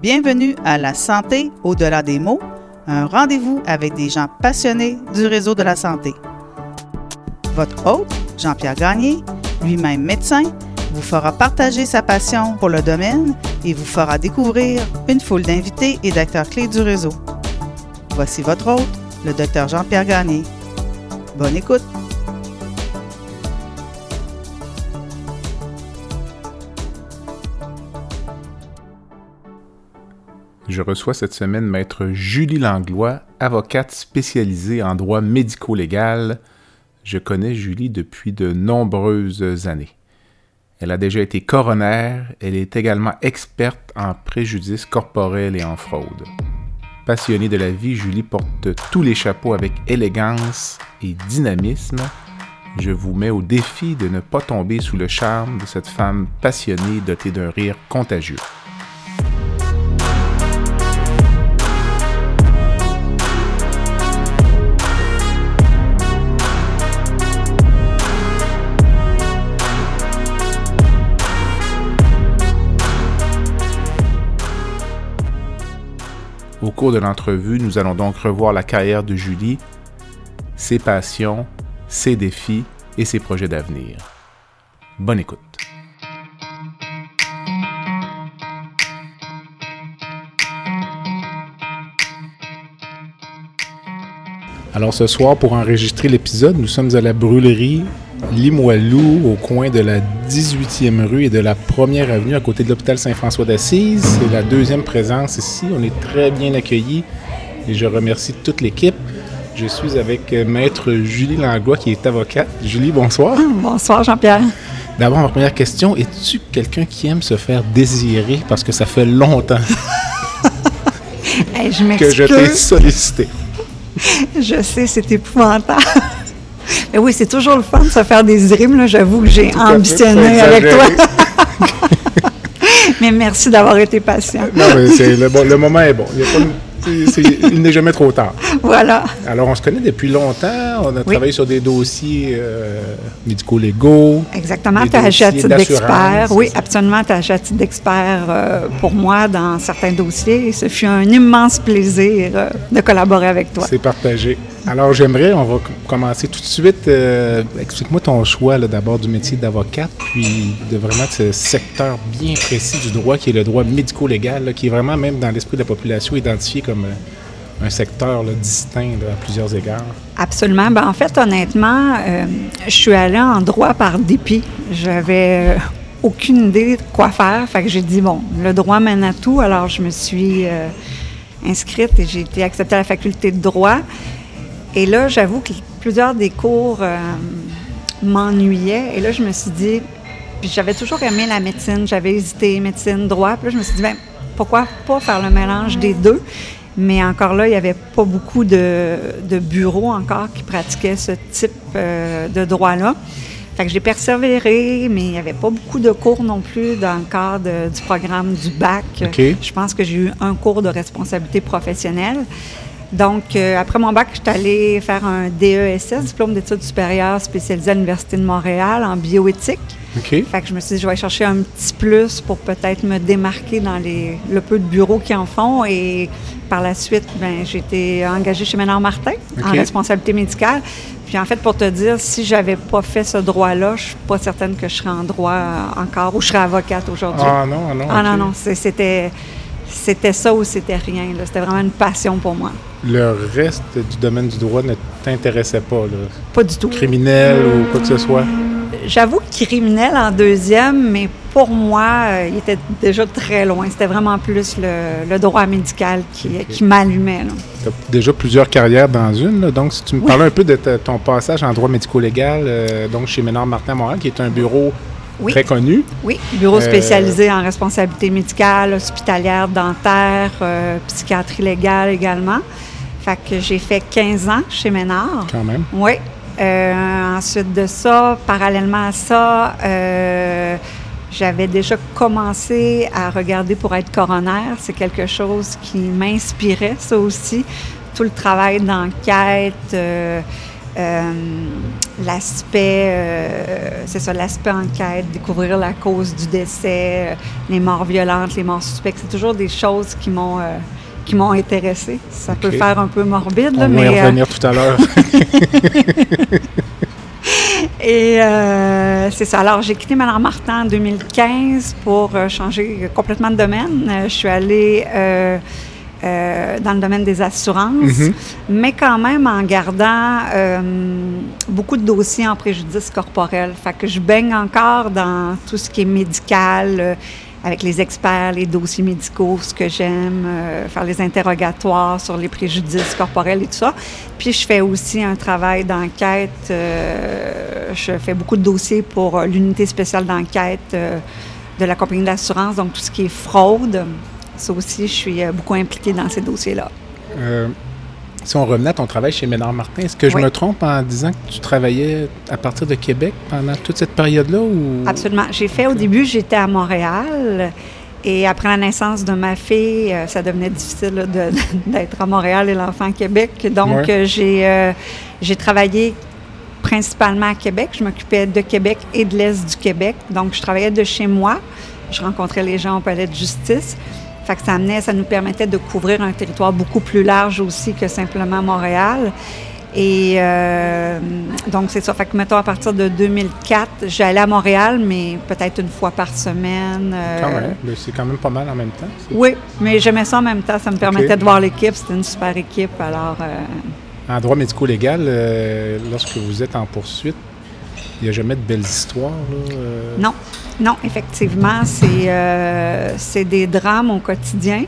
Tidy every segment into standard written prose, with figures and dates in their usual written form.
Bienvenue à La santé au-delà des mots, un rendez-vous avec des gens passionnés du réseau de la santé. Votre hôte, Jean-Pierre Gagné, lui-même médecin, vous fera partager sa passion pour le domaine et vous fera découvrir une foule d'invités et d'acteurs clés du réseau. Voici votre hôte, le Dr Jean-Pierre Gagné. Bonne écoute! Je reçois cette semaine Maître Julie Langlois, avocate spécialisée en droit médico-légal. Je connais Julie depuis de nombreuses années. Elle a déjà été coroner, elle est également experte en préjudice corporel et en fraude. Passionnée de la vie, Julie porte tous les chapeaux avec élégance et dynamisme. Je vous mets au défi de ne pas tomber sous le charme de cette femme passionnée dotée d'un rire contagieux. Au cours de l'entrevue, nous allons donc revoir la carrière de Julie, ses passions, ses défis et ses projets d'avenir. Bonne écoute. Alors ce soir, pour enregistrer l'épisode, nous sommes à la brûlerie Limoilou, au coin de la 18e rue et de la 1er avenue, à côté de l'hôpital Saint-François d'Assise. C'est la deuxième présence ici. On est très bien accueillis et je remercie toute l'équipe. Je suis avec Maître Julie Langlois, qui est avocate. Julie, bonsoir. Bonsoir, Jean-Pierre. D'abord, ma première question, es-tu quelqu'un qui aime se faire désirer? Parce que ça fait longtemps je m'excuse. que je t'ai sollicité. Je sais, c'est épouvantable. Mais oui, c'est toujours le fun de se faire désirer, mais là, j'avoue que j'ai ambitionné avec toi. Mais merci d'avoir été patient. Non, mais le moment est bon. Il n'est jamais trop tard. Voilà. Alors, on se connaît depuis longtemps. On a travaillé sur des dossiers médico-légaux. Exactement. Tu as agi à titre d'expert. Oui, absolument. Tu as agi à titre d'expert pour moi dans certains dossiers. Et ce fut un immense plaisir de collaborer avec toi. C'est partagé. Alors, on va commencer tout de suite. Explique-moi ton choix là, d'abord du métier d'avocate, puis de vraiment ce secteur bien précis du droit qui est le droit médico-légal, là, qui est vraiment même dans l'esprit de la population identifié comme un secteur là, distinct là, à plusieurs égards. Absolument. Ben, en fait, honnêtement, je suis allée en droit par dépit. J'avais aucune idée de quoi faire. Fait que j'ai dit, bon, le droit mène à tout. Alors, je me suis inscrite et j'ai été acceptée à la faculté de droit. Et là, j'avoue que plusieurs des cours m'ennuyaient. Et là, je me suis dit, puis j'avais toujours aimé la médecine, j'avais hésité, médecine, droit. Puis là, je me suis dit, bien, pourquoi pas faire le mélange des deux? Mais encore là, il n'y avait pas beaucoup de bureaux encore qui pratiquaient ce type de droit-là. Fait que j'ai persévéré, mais il n'y avait pas beaucoup de cours non plus dans le cadre du programme du bac. Okay. Je pense que j'ai eu un cours de responsabilité professionnelle. Donc, après mon bac, je suis allée faire un DESS, diplôme d'études supérieures spécialisé à l'Université de Montréal en bioéthique. Okay. Fait que je me suis dit, je vais chercher un petit plus pour peut-être me démarquer dans le peu de bureaux qui en font. Et par la suite, j'ai été engagée chez Ménard Martin en responsabilité médicale. Puis en fait, pour te dire, si j'avais pas fait ce droit-là, je suis pas certaine que je serais en droit encore ou je serais avocate aujourd'hui. Ah non, non. Ah non, c'était ça ou c'était rien. Là. C'était vraiment une passion pour moi. Le reste du domaine du droit ne t'intéressait pas, là? Pas du tout. Criminel ou quoi que ce soit? J'avoue que criminel en deuxième, mais pour moi, il était déjà très loin. C'était vraiment plus le droit médical qui m'allumait. Tu as déjà plusieurs carrières dans une. Là. Donc, si tu me parlais un peu de ton passage en droit médico-légal, donc chez Ménard Martin à Montréal, qui est un bureau très connu. Oui, bureau spécialisé en responsabilité médicale, hospitalière, dentaire, psychiatrie légale également. Fait que j'ai fait 15 ans chez Ménard. Quand même. Oui. Ensuite de ça, parallèlement à ça, j'avais déjà commencé à regarder pour être coroner. C'est quelque chose qui m'inspirait, ça aussi. Tout le travail d'enquête, c'est ça, l'aspect enquête, découvrir la cause du décès, les morts violentes, les morts suspectes. C'est toujours des choses qui m'ont intéressée. Ça peut faire un peu morbide, là, mais... On va y revenir tout à l'heure. Et c'est ça. Alors, j'ai quitté Ménard Martin en 2015 pour changer complètement de domaine. Je suis allée dans le domaine des assurances, mais quand même en gardant beaucoup de dossiers en préjudice corporel. Fait que je baigne encore dans tout ce qui est médical, avec les experts, les dossiers médicaux, ce que j'aime, faire les interrogatoires sur les préjudices corporels et tout ça. Puis je fais aussi un travail d'enquête. Je fais beaucoup de dossiers pour l'unité spéciale d'enquête de la compagnie d'assurance, donc tout ce qui est fraude. Ça aussi, je suis beaucoup impliquée dans ces dossiers-là. Si on revenait à ton travail chez Ménard Martin, est-ce que je me trompe en disant que tu travaillais à partir de Québec pendant toute cette période-là? Ou... Absolument. Au début, j'étais à Montréal. Et après la naissance de ma fille, ça devenait difficile là, d'être à Montréal et l'enfant à Québec. Donc, j'ai travaillé principalement à Québec. Je m'occupais de Québec et de l'Est du Québec. Donc, je travaillais de chez moi. Je rencontrais les gens au palais de justice. Fait que ça nous permettait de couvrir un territoire beaucoup plus large aussi que simplement Montréal. Et donc, c'est ça. Fait que, mettons, à partir de 2004, j'allais à Montréal, mais peut-être une fois par semaine. Quand même. C'est quand même pas mal en même temps. Oui, mais j'aimais ça en même temps. Ça me permettait de voir l'équipe. C'était une super équipe. Alors... En droit médico-légal, lorsque vous êtes en poursuite, il n'y a jamais de belles histoires, là? Non, effectivement, c'est des drames au quotidien.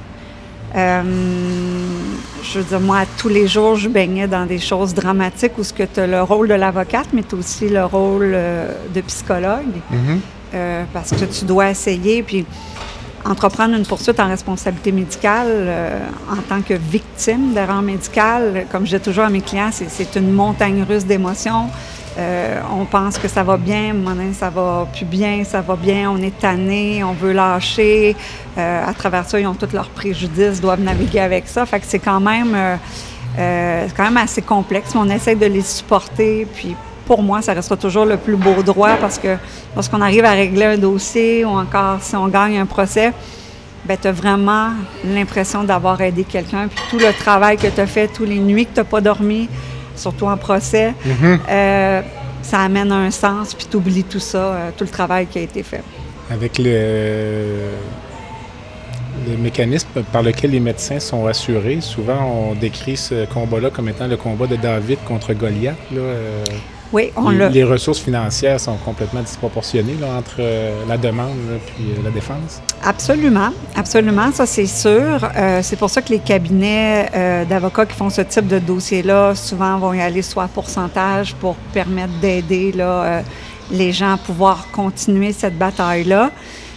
Je veux dire, moi, tous les jours, je baignais dans des choses dramatiques où tu as le rôle de l'avocate, mais tu as aussi le rôle de psychologue. Parce que tu dois essayer, puis entreprendre une poursuite en responsabilité médicale en tant que victime d'erreur médicale, comme je dis toujours à mes clients, c'est une montagne russe d'émotions. On pense que ça va bien, ça va plus bien, ça va bien, on est tanné, on veut lâcher. À travers ça, ils ont tous leurs préjudices, doivent naviguer avec ça. Fait que c'est quand même assez complexe, mais on essaie de les supporter. Puis pour moi, ça restera toujours le plus beau droit parce que lorsqu'on arrive à régler un dossier ou encore si on gagne un procès, bien, tu as vraiment l'impression d'avoir aidé quelqu'un. Puis tout le travail que tu as fait, toutes les nuits que tu n'as pas dormi, surtout en procès, ça amène un sens, puis tu oublies tout ça, tout le travail qui a été fait. Avec le mécanisme par lequel les médecins sont assurés, souvent on décrit ce combat-là comme étant le combat de David contre Goliath. Là, oui, les ressources financières sont complètement disproportionnées là, entre la demande et la défense. Absolument, ça c'est sûr. C'est pour ça que les cabinets d'avocats qui font ce type de dossier-là, souvent vont y aller soit à pourcentage pour permettre d'aider les gens à pouvoir continuer cette bataille-là.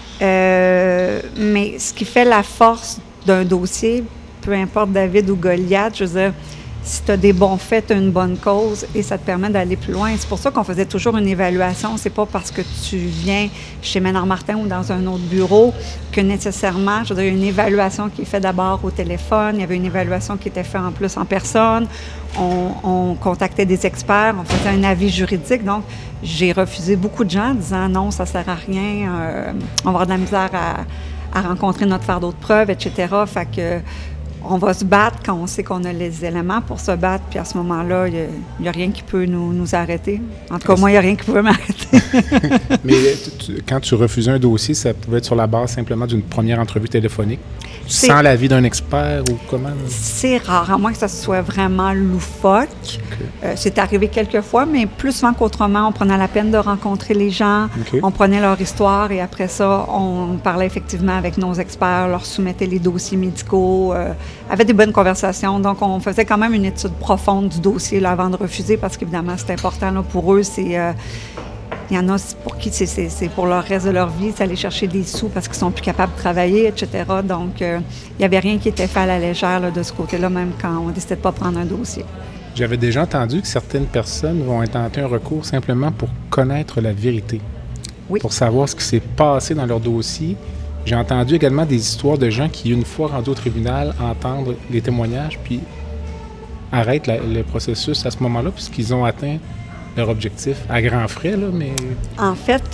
Mais ce qui fait la force d'un dossier, peu importe David ou Goliath, je veux dire, si tu as des bons faits, tu as une bonne cause et ça te permet d'aller plus loin. C'est pour ça qu'on faisait toujours une évaluation. C'est pas parce que tu viens chez Ménard Martin ou dans un autre bureau que nécessairement, je veux dire, il y a une évaluation qui est faite d'abord au téléphone. Il y avait une évaluation qui était faite en plus en personne. On contactait des experts, on faisait un avis juridique. Donc, j'ai refusé beaucoup de gens en disant non, ça sert à rien, on va avoir de la misère à rencontrer notre fardeau de preuves, etc. Fait que on va se battre quand on sait qu'on a les éléments pour se battre, puis à ce moment-là, il n'y a rien qui peut nous arrêter. En tout cas, moi, il n'y a rien qui pouvait m'arrêter. Mais quand tu refusais un dossier, ça pouvait être sur la base simplement d'une première entrevue téléphonique, sans l'avis d'un expert ou comment? C'est rare, à moins que ça soit vraiment loufoque. Okay. C'est arrivé quelques fois, mais plus souvent qu'autrement, on prenait la peine de rencontrer les gens, on prenait leur histoire et après ça, on parlait effectivement avec nos experts, leur soumettait les dossiers médicaux, avait des bonnes conversations. Donc, on faisait quand même une étude profonde du dossier là, avant de refuser parce qu'évidemment, c'est important là, pour eux. Il y en a pour qui c'est pour le reste de leur vie, c'est aller chercher des sous parce qu'ils sont plus capables de travailler, etc. Donc, il n'y avait rien qui était fait à la légère là, de ce côté-là, même quand on décidait de ne pas prendre un dossier. J'avais déjà entendu que certaines personnes vont intenter un recours simplement pour connaître la vérité, pour savoir ce qui s'est passé dans leur dossier. J'ai entendu également des histoires de gens qui, une fois rendus au tribunal, entendent les témoignages puis arrêtent le processus à ce moment-là puisqu'ils ont atteint leur objectif à grands frais, là, mais... En fait,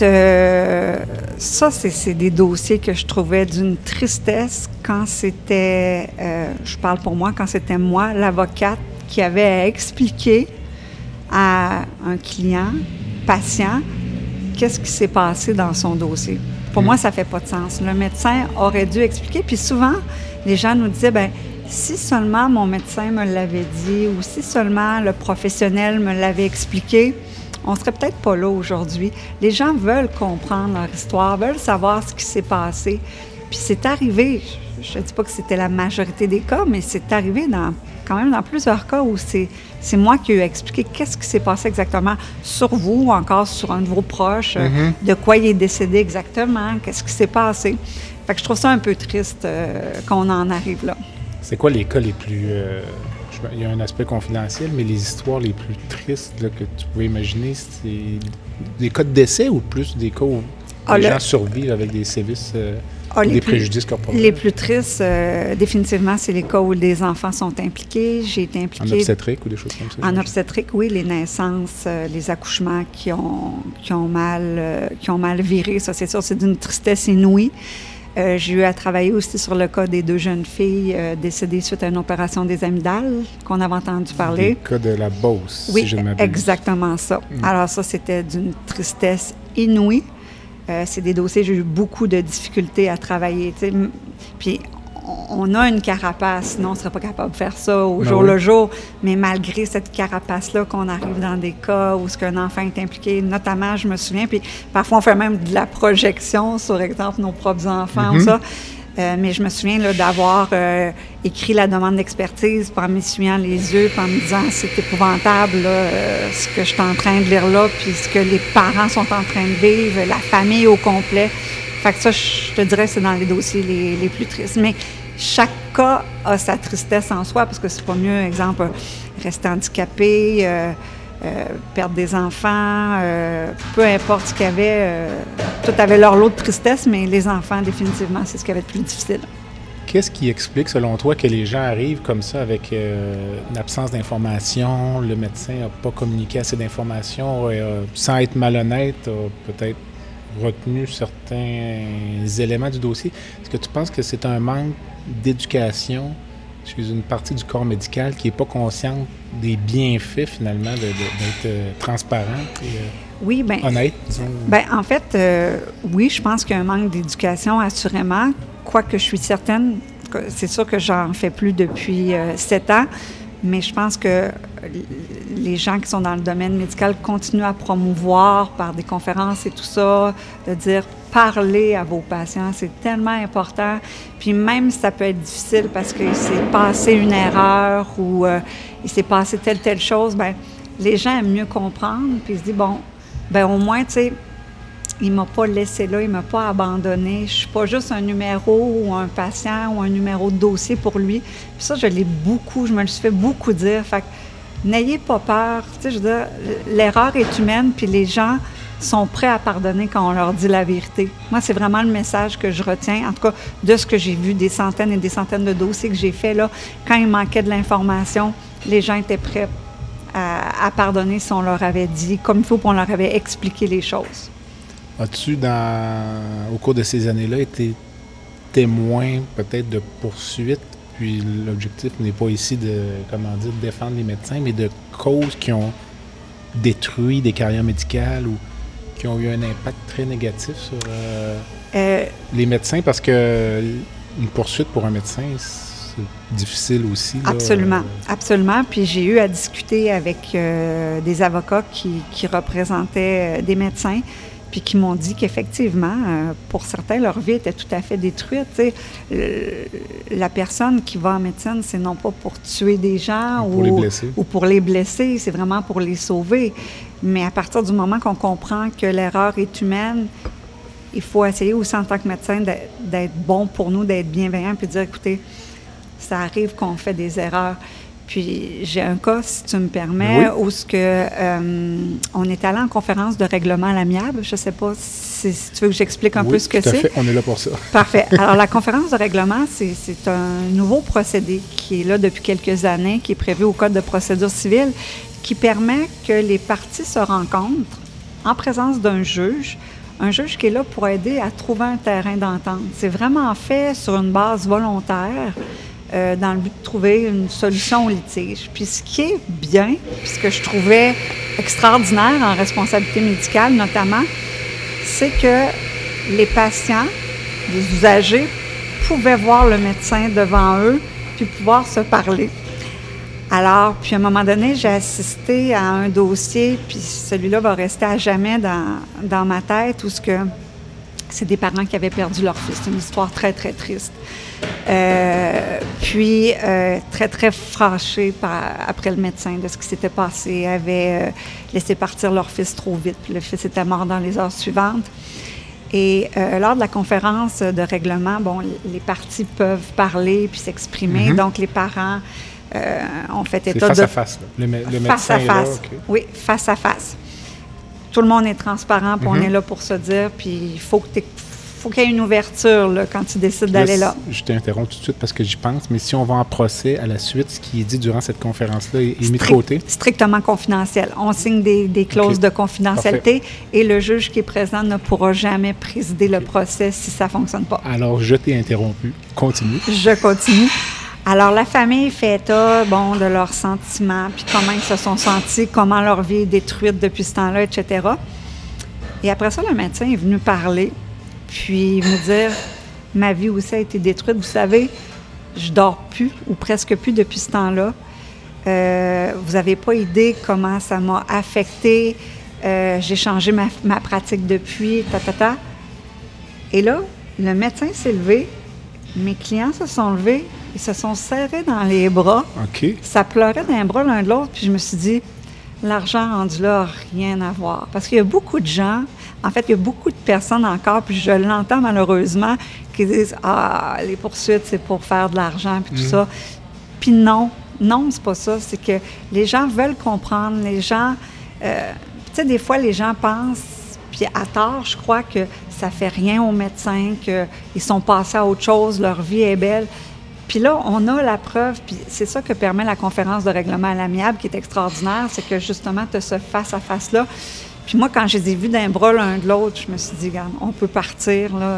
ça, c'est des dossiers que je trouvais d'une tristesse quand c'était, je parle pour moi, quand c'était moi, l'avocate, qui avait à expliquer à un client, patient, qu'est-ce qui s'est passé dans son dossier. Pour moi, ça fait pas de sens. Le médecin aurait dû expliquer. Puis souvent, les gens nous disaient, bien, si seulement mon médecin me l'avait dit ou si seulement le professionnel me l'avait expliqué, on serait peut-être pas là aujourd'hui. Les gens veulent comprendre leur histoire, veulent savoir ce qui s'est passé. Puis c'est arrivé, je ne dis pas que c'était la majorité des cas, mais c'est arrivé quand même dans plusieurs cas où c'est moi qui ai expliqué qu'est-ce qui s'est passé exactement sur vous ou encore sur un de vos proches, de quoi il est décédé exactement, qu'est-ce qui s'est passé. Fait que je trouve ça un peu triste qu'on en arrive là. C'est quoi les cas les plus... il y a un aspect confidentiel, mais les histoires les plus tristes là, que tu pouvais imaginer, c'est des cas de décès ou plus des cas où les gens survivent avec des sévices, des préjudices corporels? Les plus tristes, définitivement, c'est les cas où les enfants sont impliqués. J'ai été impliquée... En obstétrique ou des choses comme ça? En obstétrique, oui, les naissances, les accouchements qui ont mal viré, ça c'est sûr, c'est d'une tristesse inouïe. J'ai eu à travailler aussi sur le cas des 2 jeunes filles décédées suite à une opération des amygdales qu'on avait entendu parler. Le cas de la Beauce, oui, si je ne m'abuse. Exactement ça. Alors ça, c'était d'une tristesse inouïe. C'est des dossiers, j'ai eu beaucoup de difficultés à travailler. T'sais. Puis on a une carapace, sinon on ne serait pas capable de faire ça au jour le jour. Mais malgré cette carapace-là, qu'on arrive dans des cas où un enfant est impliqué, notamment, je me souviens, puis parfois on fait même de la projection sur, exemple, nos propres enfants ou ça. Mais je me souviens là, d'avoir écrit la demande d'expertise en m'essuyant les yeux, en me disant c'est épouvantable là, ce que je suis en train de lire là, puis ce que les parents sont en train de vivre, la famille au complet. Fait que ça, je te dirais, c'est dans les dossiers les plus tristes. Mais chaque cas a sa tristesse en soi, parce que c'est pas mieux, exemple, rester handicapé, perdre des enfants, peu importe ce qu'il y avait, tout avait leur lot de tristesse, mais les enfants, définitivement, c'est ce qui avait de plus difficile. Qu'est-ce qui explique, selon toi, que les gens arrivent comme ça avec une absence d'information, le médecin n'a pas communiqué assez d'informations, sans être malhonnête, a peut-être retenu certains éléments du dossier? Est-ce que tu penses que c'est un manque d'éducation chez une partie du corps médical qui n'est pas consciente des bienfaits, finalement, d'être transparente et honnête, disons? Bien, en fait, oui, je pense qu'il y a un manque d'éducation, assurément. Quoique je suis certaine, c'est sûr que j'en fais plus depuis 7 ans, mais je pense que les gens qui sont dans le domaine médical continuent à promouvoir par des conférences et tout ça, de dire parlez à vos patients, c'est tellement important. Puis même si ça peut être difficile parce qu'il s'est passé une erreur ou il s'est passé telle chose, bien, les gens aiment mieux comprendre, puis ils se disent, bon, bien au moins, tu sais, il ne m'a pas laissé là, il ne m'a pas abandonné. Je ne suis pas juste un numéro ou un patient ou un numéro de dossier pour lui. Puis ça, je me le suis fait beaucoup dire. Fait que n'ayez pas peur. Tu sais, je veux dire, l'erreur est humaine, puis les gens sont prêts à pardonner quand on leur dit la vérité. Moi, c'est vraiment le message que je retiens, en tout cas, de ce que j'ai vu, des centaines et des centaines de dossiers que j'ai faits, là. Quand il manquait de l'information, les gens étaient prêts à pardonner si on leur avait dit comme il faut, puis on leur avait expliqué les choses. As-tu, au cours de ces années-là, été témoin peut-être de poursuites, puis l'objectif n'est pas ici de défendre les médecins, mais de causes qui ont détruit des carrières médicales ou qui ont eu un impact très négatif sur les médecins? Parce que une poursuite pour un médecin, c'est difficile aussi. Là, Absolument. Puis j'ai eu à discuter avec des avocats qui représentaient des médecins, puis qui m'ont dit qu'effectivement, pour certains, leur vie était tout à fait détruite. La personne qui va en médecine, c'est non pas pour tuer des gens ou pour les blesser, c'est vraiment pour les sauver. Mais à partir du moment qu'on comprend que l'erreur est humaine, il faut essayer aussi en tant que médecin d'être bon pour nous, d'être bienveillant, puis de dire, écoutez, ça arrive qu'on fait des erreurs. Puis j'ai un cas, si tu me permets, où on est allé en conférence de règlement à l'amiable. Je ne sais pas si tu veux que j'explique un peu ce que c'est. Oui, tout à fait. On est là pour ça. Parfait. Alors, la conférence de règlement, c'est un nouveau procédé qui est là depuis quelques années, qui est prévu au Code de procédure civile, qui permet que les parties se rencontrent en présence d'un juge qui est là pour aider à trouver un terrain d'entente. C'est vraiment fait sur une base volontaire, dans le but de trouver une solution au litige. Puis ce qui est bien, puis ce que je trouvais extraordinaire en responsabilité médicale notamment, c'est que les patients, les usagers, pouvaient voir le médecin devant eux puis pouvoir se parler. Alors, puis à un moment donné, j'ai assisté à un dossier, puis celui-là va rester à jamais dans ma tête, où c'est des parents qui avaient perdu leur fils. C'est une histoire très, très triste. Très, très fâchés après le médecin de ce qui s'était passé. Ils avaient laissé partir leur fils trop vite, puis le fils était mort dans les heures suivantes. Et lors de la conférence de règlement, les parties peuvent parler puis s'exprimer. Mm-hmm. Donc, les parents ont fait état de... C'est face à face, là. Le face à médecin face. est là, okay. Oui, face à face. Tout le monde est transparent, puis on est là pour se dire, puis il faut qu'il y ait une ouverture là, quand tu décides d'aller là. Je t'interromps tout de suite parce que j'y pense, mais si on va en procès à la suite, ce qui est dit durant cette conférence-là est mis de côté? Strictement confidentiel. On signe des clauses de confidentialité. Parfait. Et le juge qui est présent ne pourra jamais présider le procès si ça ne fonctionne pas. Alors, je t'ai interrompu. Continue. Je continue. Alors, la famille fait état, de leurs sentiments, puis comment ils se sont sentis, comment leur vie est détruite depuis ce temps-là, etc. Et après ça, le médecin est venu parler, puis me dire, ma vie aussi a été détruite. Vous savez, je dors plus, ou presque plus depuis ce temps-là. Vous n'avez pas idée comment ça m'a affectée. J'ai changé ma pratique depuis, Et là, le médecin s'est levé, mes clients se sont levés, ils se sont serrés dans les bras. OK. Ça pleurait dans les bras l'un de l'autre, puis je me suis dit, l'argent rendu là n'a rien à voir. Parce qu'il y a beaucoup de gens, en fait, il y a beaucoup de personnes encore, puis je l'entends malheureusement, qui disent, les poursuites, c'est pour faire de l'argent, puis tout ça. Puis non, c'est pas ça. C'est que les gens veulent comprendre, les gens... tu sais, des fois, les gens pensent, puis à tort, je crois que ça fait rien aux médecins, qu'ils sont passés à autre chose, leur vie est belle. Puis là, on a la preuve, puis c'est ça que permet la conférence de règlement à l'amiable, qui est extraordinaire, c'est que justement, tu as ce face-à-face-là. Puis moi, quand je les ai vus d'un bras l'un de l'autre, je me suis dit, regarde, on peut partir, là,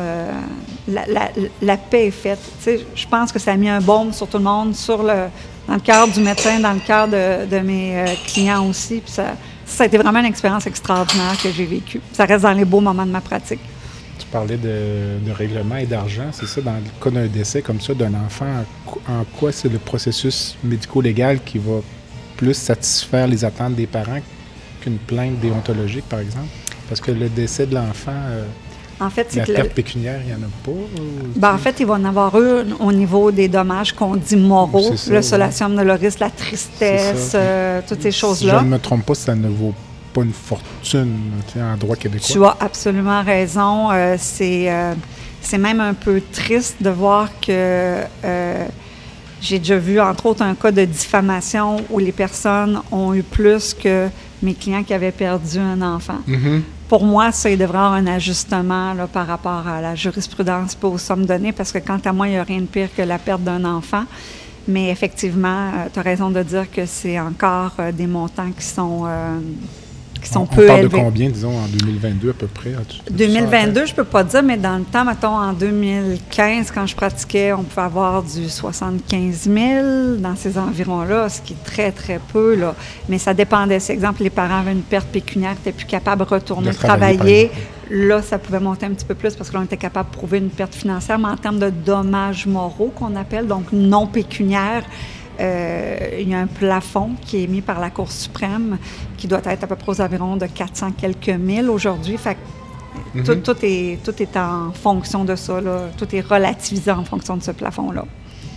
la paix est faite. Tu sais, je pense que ça a mis un baume sur tout le monde, dans le cœur du médecin, dans le cœur de mes clients aussi. Puis ça a été vraiment une expérience extraordinaire que j'ai vécue. Ça reste dans les beaux moments de ma pratique. Tu parlais de règlement et d'argent, c'est ça, dans le cas d'un décès comme ça d'un enfant, en quoi c'est le processus médico-légal qui va plus satisfaire les attentes des parents qu'une plainte déontologique, par exemple? Parce que le décès de l'enfant, en fait, c'est la perte pécuniaire, il n'y en a pas? En fait, il va en avoir eu au niveau des dommages qu'on dit moraux, le solatium doloris, la tristesse, toutes ces choses-là. Si je ne me trompe pas, ça ne vaut pas une fortune en droit québécois. Tu as absolument raison. C'est même un peu triste de voir que j'ai déjà vu, entre autres, un cas de diffamation où les personnes ont eu plus que mes clients qui avaient perdu un enfant. Mm-hmm. Pour moi, ça, il devrait y avoir un ajustement là, par rapport à la jurisprudence et aux sommes données, parce que quant à moi, il n'y a rien de pire que la perte d'un enfant. Mais effectivement, tu as raison de dire que c'est encore des montants qui sont peu élevés. On parle de combien, disons, en 2022 à peu près? 2022, je ne peux pas dire, mais dans le temps, mettons, en 2015, quand je pratiquais, on pouvait avoir du 75 000 dans ces environs-là, ce qui est très, très peu, là. Mais ça dépendait. Si, exemple, les parents avaient une perte pécuniaire, n'étaient plus capables de retourner travailler. Là, ça pouvait monter un petit peu plus parce que là, on était capable de prouver une perte financière, mais en termes de dommages moraux qu'on appelle, donc non pécuniaires, il y a un plafond qui est mis par la Cour suprême qui doit être à peu près aux environs de 400 quelques mille aujourd'hui. Fait que tout est en fonction de ça, là. Tout est relativisé en fonction de ce plafond-là.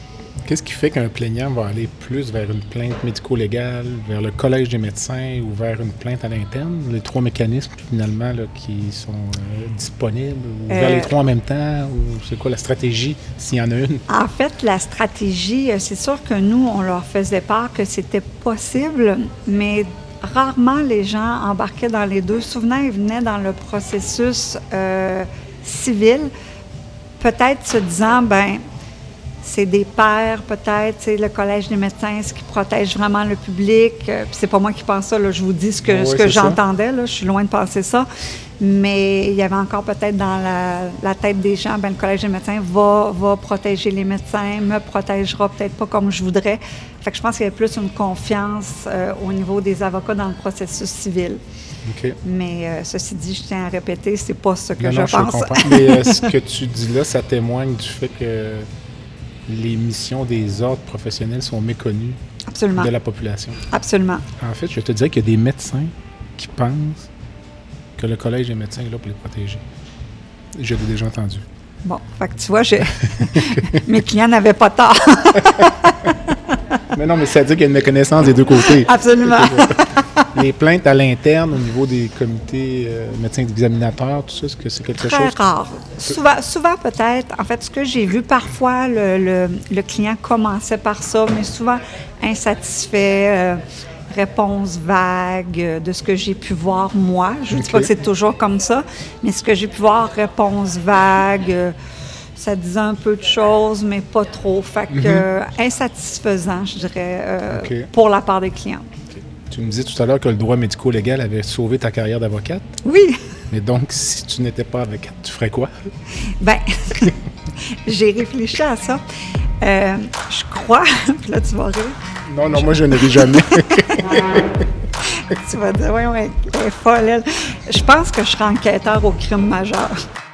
Qu'est-ce qui fait qu'un plaignant va aller plus vers une plainte médico-légale, vers le collège des médecins ou vers une plainte à l'interne? Les 3 mécanismes, finalement, là, qui sont disponibles, ou vers les 3 en même temps? Ou c'est quoi la stratégie, s'il y en a une? En fait, la stratégie, c'est sûr que nous, on leur faisait part que c'était possible, mais rarement les gens embarquaient dans les deux. Souvent, ils venaient dans le processus civil, peut-être se disant, c'est des pairs, peut-être, le Collège des médecins, ce qui protège vraiment le public. Puis c'est pas moi qui pense ça, là, je vous dis ce que j'entendais, là, je suis loin de penser ça. Mais il y avait encore peut-être dans la tête des gens, le Collège des médecins va protéger les médecins, me protégera peut-être pas comme je voudrais. Fait que je pense qu'il y avait plus une confiance au niveau des avocats dans le processus civil. Okay. Mais ceci dit, je tiens à répéter, c'est pas ce que je pense. Je comprends. Mais ce que tu dis là, ça témoigne du fait que les missions des ordres professionnels sont méconnues Absolument. De la population. Absolument. En fait, je te dirais qu'il y a des médecins qui pensent que le Collège des médecins est là pour les protéger. Je l'ai déjà entendu. Bon, fait que tu vois, mes clients n'avaient pas tort. Mais non, mais ça veut dire qu'il y a une méconnaissance des deux côtés. Absolument. Les plaintes à l'interne, au niveau des comités médecins examinateurs, tout ça, est-ce que c'est quelque chose? Très rare. Souvent peut-être. En fait, ce que j'ai vu parfois, le client commençait par ça, mais souvent insatisfait, réponse vague de ce que j'ai pu voir moi. Je ne dis pas que c'est toujours comme ça, mais ce que j'ai pu voir, réponse vague, ça disait un peu de choses, mais pas trop. Fait que insatisfaisant, je dirais, pour la part des clients. Tu me disais tout à l'heure que le droit médico-légal avait sauvé ta carrière d'avocate. Oui. Mais donc, si tu n'étais pas avocate, tu ferais quoi? J'ai réfléchi à ça. Je crois... Puis là, tu vas rire. Non, moi, je ne ris jamais. Tu vas dire, elle est folle, elle. Je pense que je serais enquêteur au crime majeur.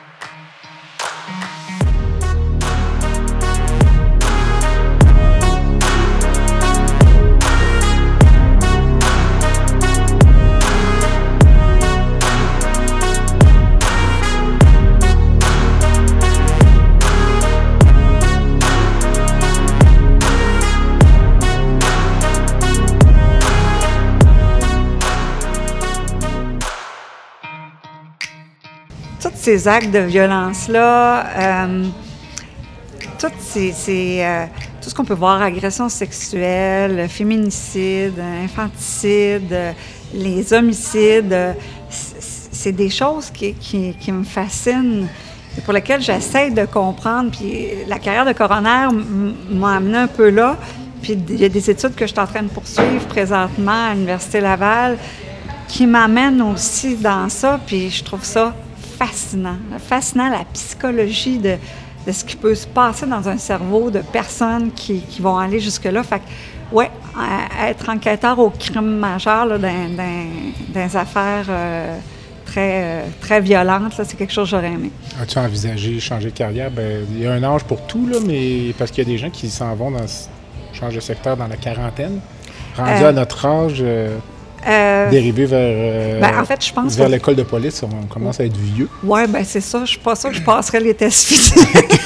Ces actes de violence-là, tout ce qu'on peut voir, agression sexuelle, féminicide, infanticide, les homicides, c'est des choses qui me fascinent et pour lesquelles j'essaie de comprendre. Puis la carrière de coroner m'a amené un peu là. Puis il y a des études que je suis en train de poursuivre présentement à l'Université Laval qui m'amènent aussi dans ça. Puis je trouve ça fascinant, la psychologie de ce qui peut se passer dans un cerveau de personnes qui vont aller jusque-là. Fait que, être enquêteur au crime majeur là, dans des affaires très violentes, là, c'est quelque chose que j'aurais aimé. As-tu envisagé changer de carrière? Il y a un âge pour tout, là, mais parce qu'il y a des gens qui s'en vont changer de secteur dans la quarantaine. Rendu à notre âge... dérivé vers, en fait, je pense vers l'école de police, on commence à être vieux. Oui, c'est ça. Je suis pas sûre que je passerais les tests physiques.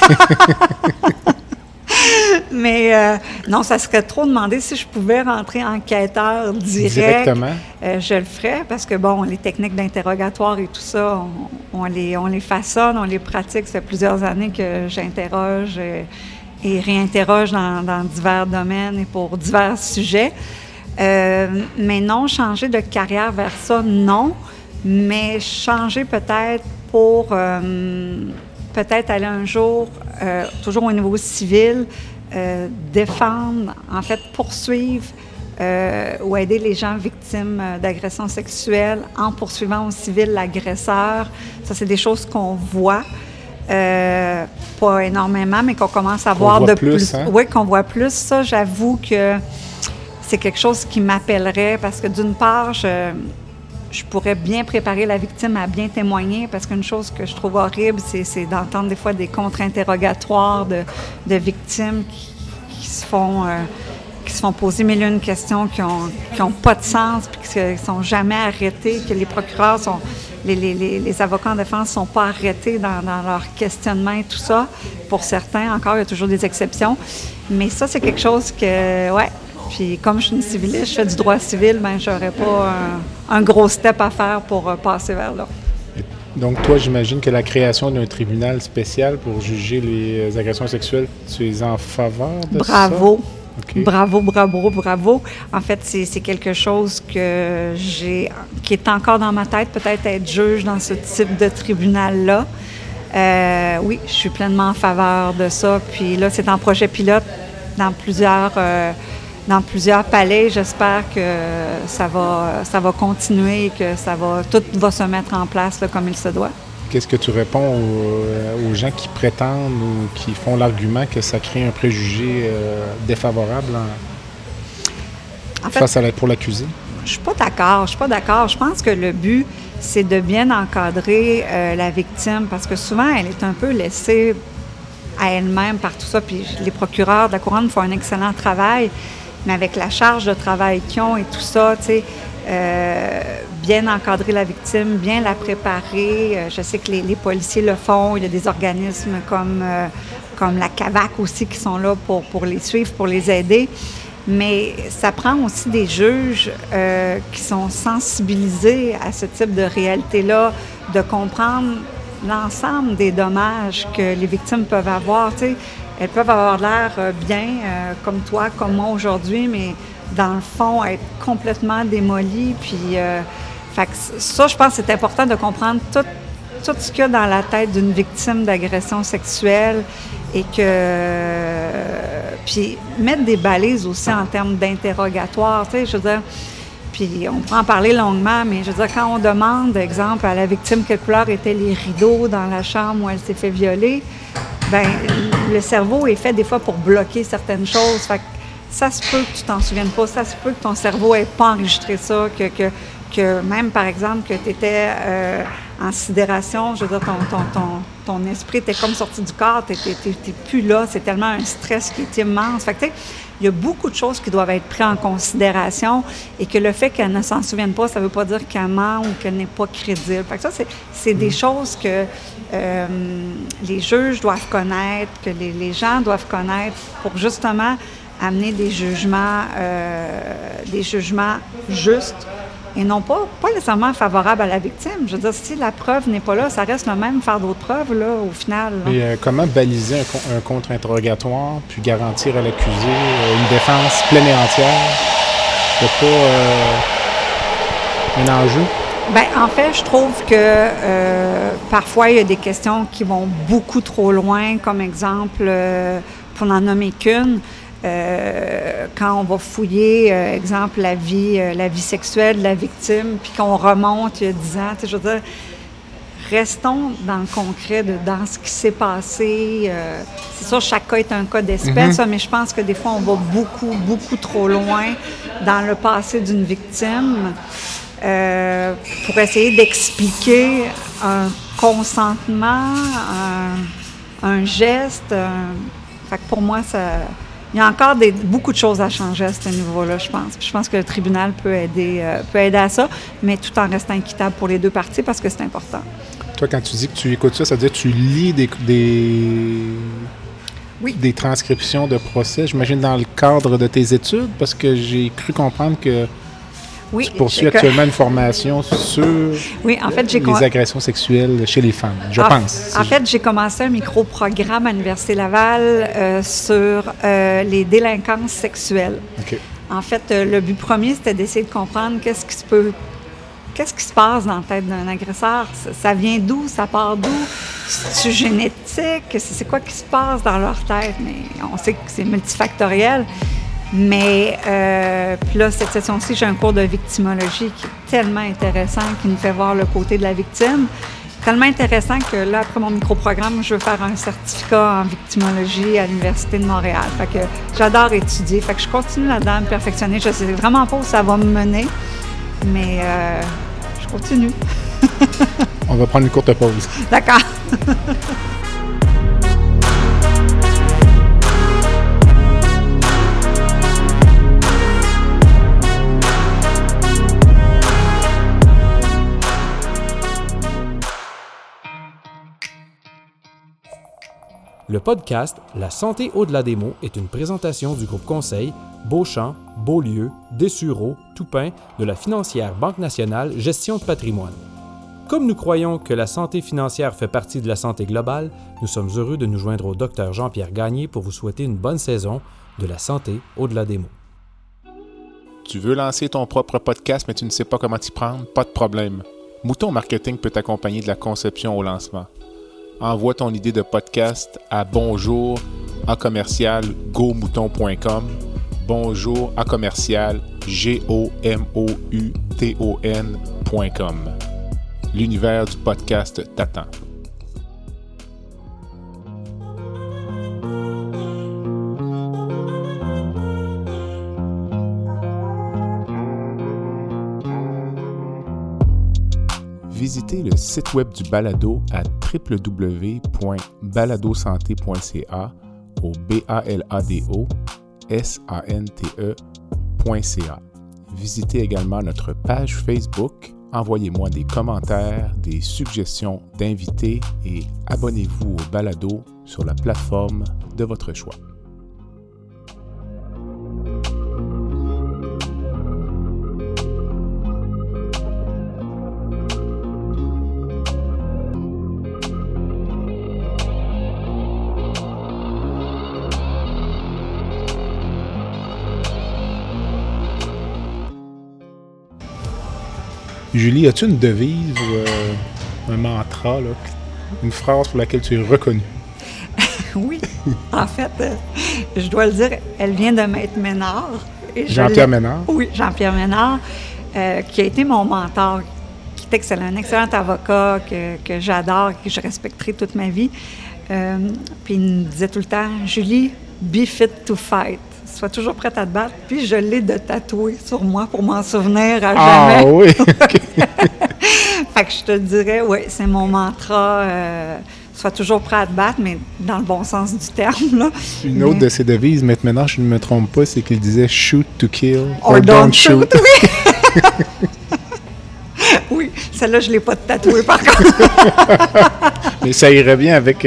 Mais non, ça serait trop demandé. Si je pouvais rentrer enquêteur directement, je le ferais parce que, les techniques d'interrogatoire et tout ça, on les façonne, on les pratique. Ça fait plusieurs années que j'interroge et réinterroge dans divers domaines et pour divers sujets. Mais non, changer de carrière vers ça, non. Mais changer peut-être pour peut-être aller un jour, toujours au niveau civil, défendre, en fait, poursuivre ou aider les gens victimes d'agressions sexuelles en poursuivant au civil l'agresseur. Ça, c'est des choses qu'on voit. Pas énormément, mais qu'on commence à voir de plus. Hein? Oui, qu'on voit plus. Ça, j'avoue que c'est quelque chose qui m'appellerait parce que d'une part, je pourrais bien préparer la victime à bien témoigner parce qu'une chose que je trouve horrible, c'est d'entendre des fois des contre-interrogatoires de victimes qui se font poser mille et une questions qui ont pas de sens puis qui ne sont jamais arrêtées, que les procureurs les avocats en défense ne sont pas arrêtés dans leur questionnement et tout ça. Pour certains, encore, il y a toujours des exceptions. Mais ça, c'est quelque chose que, ouais. Puis comme je suis une civiliste, je fais du droit civil, bien, je n'aurais pas un gros step à faire pour passer vers là. Donc, toi, j'imagine que la création d'un tribunal spécial pour juger les agressions sexuelles, tu es en faveur de ça? Bravo! Okay. Bravo. En fait, c'est quelque chose qui est encore dans ma tête, peut-être être juge dans ce type de tribunal-là. Oui, je suis pleinement en faveur de ça. Puis là, c'est en projet pilote dans plusieurs palais. J'espère que ça va continuer et que tout va se mettre en place là, comme il se doit. Qu'est-ce que tu réponds aux gens qui prétendent ou qui font l'argument que ça crée un préjugé défavorable pour l'accusé? Je suis pas d'accord. Je pense que le but, c'est de bien encadrer la victime parce que souvent, elle est un peu laissée à elle-même par tout ça. Puis les procureurs de la Couronne font un excellent travail, mais avec la charge de travail qu'ils ont et tout ça, tu sais, bien encadrer la victime, bien la préparer. Je sais que les policiers le font. Il y a des organismes comme la CAVAC aussi qui sont là pour les suivre, pour les aider. Mais ça prend aussi des juges qui sont sensibilisés à ce type de réalité-là, de comprendre l'ensemble des dommages que les victimes peuvent avoir. Tu sais, elles peuvent avoir l'air bien, comme toi, comme moi aujourd'hui, mais dans le fond, être complètement démolies. Puis, fait que ça, je pense que c'est important de comprendre tout ce qu'il y a dans la tête d'une victime d'agression sexuelle et puis mettre des balises aussi en termes d'interrogatoire, tu sais, je veux dire. Puis on peut en parler longuement, mais je veux dire, quand on demande, exemple, à la victime quelle couleur étaient les rideaux dans la chambre où elle s'est fait violer, bien, le cerveau est fait des fois pour bloquer certaines choses. Fait que ça se peut que tu t'en souviennes pas, ça se peut que ton cerveau n'ait pas enregistré ça, que même, par exemple, que tu étais en sidération, je veux dire, ton esprit était comme sorti du corps, tu n'es plus là, c'est tellement un stress qui est immense. Fait que, tu sais, il y a beaucoup de choses qui doivent être prises en considération et que le fait qu'elle ne s'en souvienne pas, ça ne veut pas dire qu'elle ment ou qu'elle n'est pas crédible. Fait que ça, c'est des choses que les juges doivent connaître, que les gens doivent connaître pour justement amener des jugements justes et non pas nécessairement favorables à la victime. Je veux dire, si la preuve n'est pas là, ça reste le même faire d'autres preuves, là, au final. Là. Et comment baliser un contre-interrogatoire puis garantir à l'accusé une défense pleine et entière? Il n'y a pas un enjeu? Bien, en fait, je trouve que parfois, il y a des questions qui vont beaucoup trop loin. Comme exemple, pour n'en nommer qu'une, quand on va fouiller, exemple, la vie sexuelle de la victime, puis qu'on remonte il y a 10 ans, tu sais, je veux dire, restons dans le concret, dans ce qui s'est passé. C'est sûr, chaque cas est un cas d'espèce, mais je pense que des fois, on va beaucoup, beaucoup trop loin dans le passé d'une victime pour essayer d'expliquer un consentement, un geste. Fait que pour moi, il y a encore beaucoup de choses à changer à ce niveau-là, je pense. Puis je pense que le tribunal peut aider à ça, mais tout en restant équitable pour les deux parties parce que c'est important. Toi, quand tu dis que tu écoutes ça veut dire que tu lis des transcriptions de procès, j'imagine dans le cadre de tes études, parce que j'ai cru comprendre que tu poursuis actuellement une formation sur les agressions sexuelles chez les femmes, je pense. En fait, j'ai commencé un micro-programme à l'Université Laval sur les délinquances sexuelles. Okay. En fait, le but premier, c'était d'essayer de comprendre qu'est-ce qui se passe dans la tête d'un agresseur. Ça vient d'où? Ça part d'où? C'est génétique? C'est quoi qui se passe dans leur tête? Mais on sait que c'est multifactoriel. Mais puis là, cette session-ci, j'ai un cours de victimologie qui est tellement intéressant, qui nous fait voir le côté de la victime. Tellement intéressant que là, après mon micro-programme, je veux faire un certificat en victimologie à l'Université de Montréal. Fait que j'adore étudier. Fait que je continue là-dedans à me perfectionner. Je sais vraiment pas où ça va me mener, mais je continue. On va prendre une courte pause. D'accord. Le podcast La santé au-delà des mots est une présentation du groupe conseil Beauchamp, Beaulieu, Dessureau, Toupin de la financière Banque nationale Gestion de patrimoine. Comme nous croyons que la santé financière fait partie de la santé globale, nous sommes heureux de nous joindre au Dr Jean-Pierre Gagné pour vous souhaiter une bonne saison de La santé au-delà des mots. Tu veux lancer ton propre podcast, mais tu ne sais pas comment t'y prendre? Pas de problème. Mouton Marketing peut t'accompagner de la conception au lancement. Envoie ton idée de podcast à bonjour@gomouton.com. bonjour@gomouton.com. L'univers du podcast t'attend. Visitez le site web du balado à www.baladosanté.ca au BALADO-SANTE.ca. Visitez également notre page Facebook. Envoyez-moi des commentaires, des suggestions d'invités et abonnez-vous au balado sur la plateforme de votre choix. Julie, as-tu une devise ou un mantra, là, une phrase pour laquelle tu es reconnue? Oui. En fait, je dois le dire, elle vient de Maître Ménard. Jean-Pierre Ménard? Oui, Jean-Pierre Ménard, qui a été mon mentor, qui est excellent, un excellent avocat que j'adore, que je respecterai toute ma vie. Puis il me disait tout le temps, « Julie, be fit to fight. Sois toujours prête à te battre. » Puis je l'ai de tatouer sur moi pour m'en souvenir à jamais. Ah oui! Fait que je te le dirais, oui, c'est mon mantra. Sois toujours prêt à te battre, mais dans le bon sens du terme. Là. Une autre de ses devises, maintenant, je ne me trompe pas, c'est qu'il disait « shoot to kill or don't shoot ». Oui. Oui, celle-là, je ne l'ai pas tatouée par contre. Mais ça irait bien avec,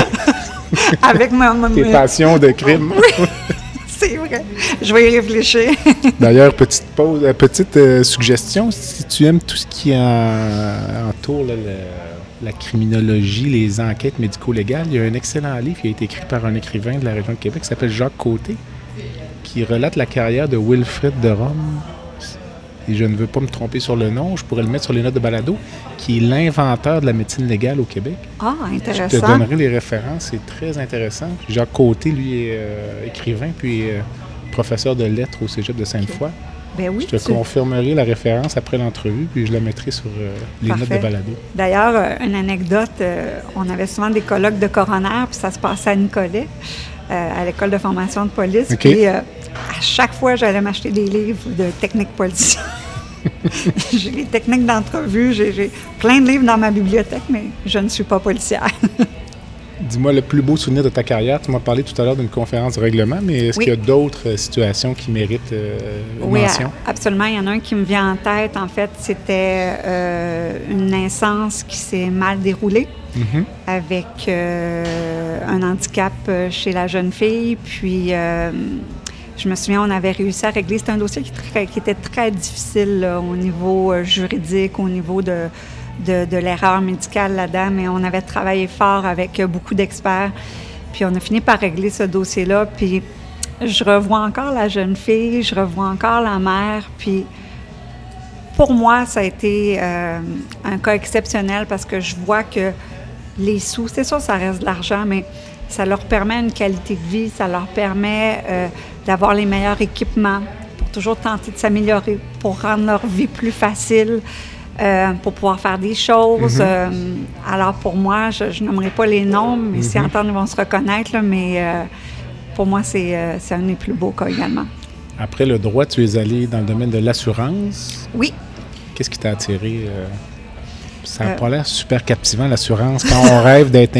avec tes passions de crime. Oui. C'est vrai. Je vais y réfléchir. D'ailleurs, petite suggestion, si tu aimes tout ce qui entoure la criminologie, les enquêtes médico-légales, il y a un excellent livre qui a été écrit par un écrivain de la région de Québec qui s'appelle Jacques Côté, qui relate la carrière de Wilfrid de Rome. Et je ne veux pas me tromper sur le nom, je pourrais le mettre sur les notes de balado, qui est l'inventeur de la médecine légale au Québec. Ah, intéressant. Je te donnerai les références, c'est très intéressant. Jacques Côté, lui, est écrivain, puis professeur de lettres au Cégep de Sainte-Foy. Ben oui, je te confirmerai la référence après l'entrevue, puis je la mettrai sur les notes de balado. D'ailleurs, une anecdote, on avait souvent des colloques de coroner, puis ça se passait à Nicolet, à l'école de formation de police. Okay. Puis à chaque fois, j'allais m'acheter des livres de techniques policières. J'ai les techniques d'entrevue, j'ai plein de livres dans ma bibliothèque, mais je ne suis pas policière. Dis-moi, le plus beau souvenir de ta carrière, tu m'as parlé tout à l'heure d'une conférence de règlement, mais est-ce qu'il y a d'autres situations qui méritent mention? Oui, absolument. Il y en a un qui me vient en tête. En fait, c'était une naissance qui s'est mal déroulée avec un handicap chez la jeune fille. Puis, je me souviens, on avait réussi à régler. C'était un dossier qui était très difficile là, au niveau juridique, au niveau de l'erreur médicale là-dedans, mais on avait travaillé fort avec beaucoup d'experts. Puis on a fini par régler ce dossier-là. Puis je revois encore la jeune fille, je revois encore la mère. Puis pour moi, ça a été un cas exceptionnel parce que je vois que les sous, c'est sûr, ça reste de l'argent, mais ça leur permet une qualité de vie, ça leur permet d'avoir les meilleurs équipements pour toujours tenter de s'améliorer, pour rendre leur vie plus facile. Pour pouvoir faire des choses. Alors, pour moi, je nommerai pas les noms, mais si entendent, ils vont se reconnaître, là, mais pour moi, c'est un des plus beaux cas également. Après le droit, tu es allé dans le domaine de l'assurance. Oui. Qu'est-ce qui t'a attiré? Ça n'a pas l'air super captivant, l'assurance, quand on rêve d'être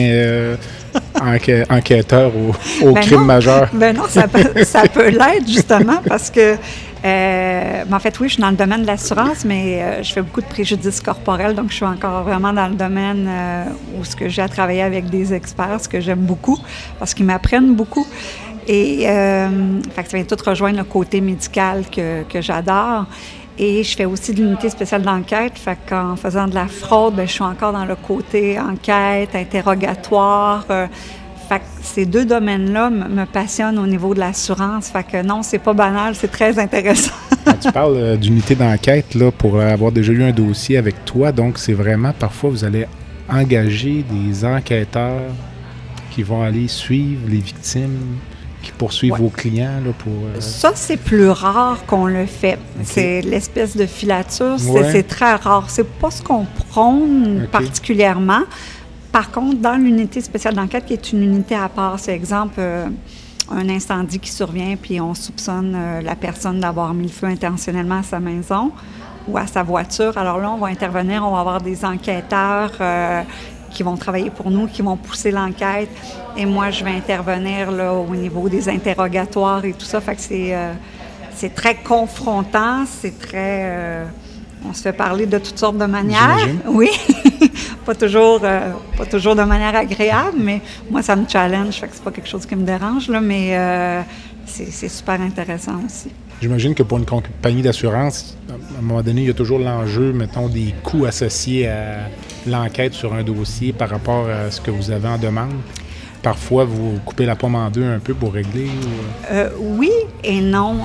enquêteur au crime majeur. Ben non, ça peut l'être, justement, parce que En fait, oui, je suis dans le domaine de l'assurance, mais je fais beaucoup de préjudices corporels, donc je suis encore vraiment dans le domaine où ce que j'ai à travailler avec des experts, ce que j'aime beaucoup, parce qu'ils m'apprennent beaucoup. Et fait que ça vient tout rejoindre le côté médical que j'adore. Et je fais aussi de l'unité spéciale d'enquête. Fait qu'en faisant de la fraude, bien, je suis encore dans le côté enquête, interrogatoire. Fait que ces deux domaines-là me passionnent au niveau de l'assurance. Fait que non, c'est pas banal, c'est très intéressant. Quand tu parles d'unité d'enquête, là, pour avoir déjà eu un dossier avec toi, donc c'est vraiment, parfois, vous allez engager des enquêteurs qui vont aller suivre les victimes, qui poursuivent vos clients là, pour... Ça, c'est plus rare qu'on le fait. Okay. C'est l'espèce de filature, c'est très rare. C'est pas ce qu'on prône particulièrement. Par contre, dans l'unité spéciale d'enquête, qui est une unité à part, c'est exemple un incendie qui survient, puis on soupçonne la personne d'avoir mis le feu intentionnellement à sa maison ou à sa voiture. Alors là, on va intervenir, on va avoir des enquêteurs qui vont travailler pour nous, qui vont pousser l'enquête. Et moi, je vais intervenir là, au niveau des interrogatoires et tout ça. Fait que c'est très confrontant, c'est très... on se fait parler de toutes sortes de manières. J'imagine. Oui, pas toujours de manière agréable, mais moi, ça me challenge. Fait que c'est pas quelque chose qui me dérange, là, mais c'est super intéressant aussi. J'imagine que pour une compagnie d'assurance, à un moment donné, il y a toujours l'enjeu, mettons, des coûts associés à l'enquête sur un dossier par rapport à ce que vous avez en demande. Parfois, vous coupez la pomme en deux un peu pour régler? Oui et non.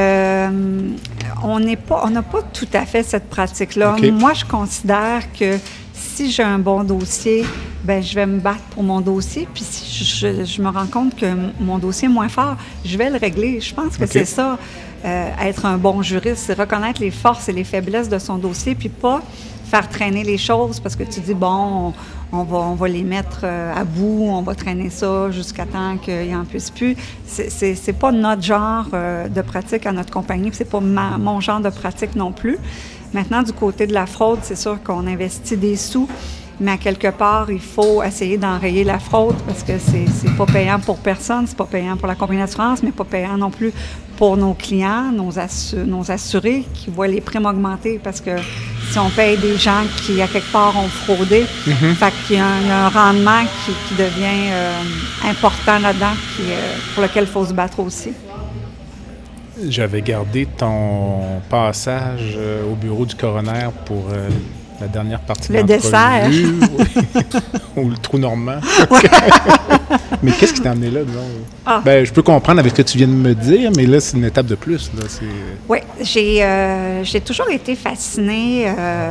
On n'a pas tout à fait cette pratique-là. Okay. Moi, je considère que si j'ai un bon dossier, bien, je vais me battre pour mon dossier. Puis si je me rends compte que mon dossier est moins fort, je vais le régler. Je pense que c'est ça, être un bon juriste, c'est reconnaître les forces et les faiblesses de son dossier, puis pas faire traîner les choses parce que tu dis, bon, on va les mettre à bout, on va traîner ça jusqu'à temps qu'il n'en puisse plus. C'est pas notre genre de pratique à notre compagnie, puis c'est pas mon genre de pratique non plus. Maintenant, du côté de la fraude, c'est sûr qu'on investit des sous, mais à quelque part, il faut essayer d'enrayer la fraude parce que c'est pas payant pour personne, c'est pas payant pour la compagnie d'assurance, mais pas payant non plus pour nos clients, nos assurés qui voient les primes augmenter parce que si on paye des gens qui, à quelque part, ont fraudé, fait qu'il y a un rendement qui devient important là-dedans, pour lequel il faut se battre aussi. J'avais gardé ton passage au bureau du coroner pour la dernière partie de l'entrevue. Le dessert. Ou le trou normand. Mais qu'est-ce qui t'a amené là, disons? Ben, je peux comprendre avec ce que tu viens de me dire, mais là, c'est une étape de plus. Là, oui, j'ai toujours été fascinée,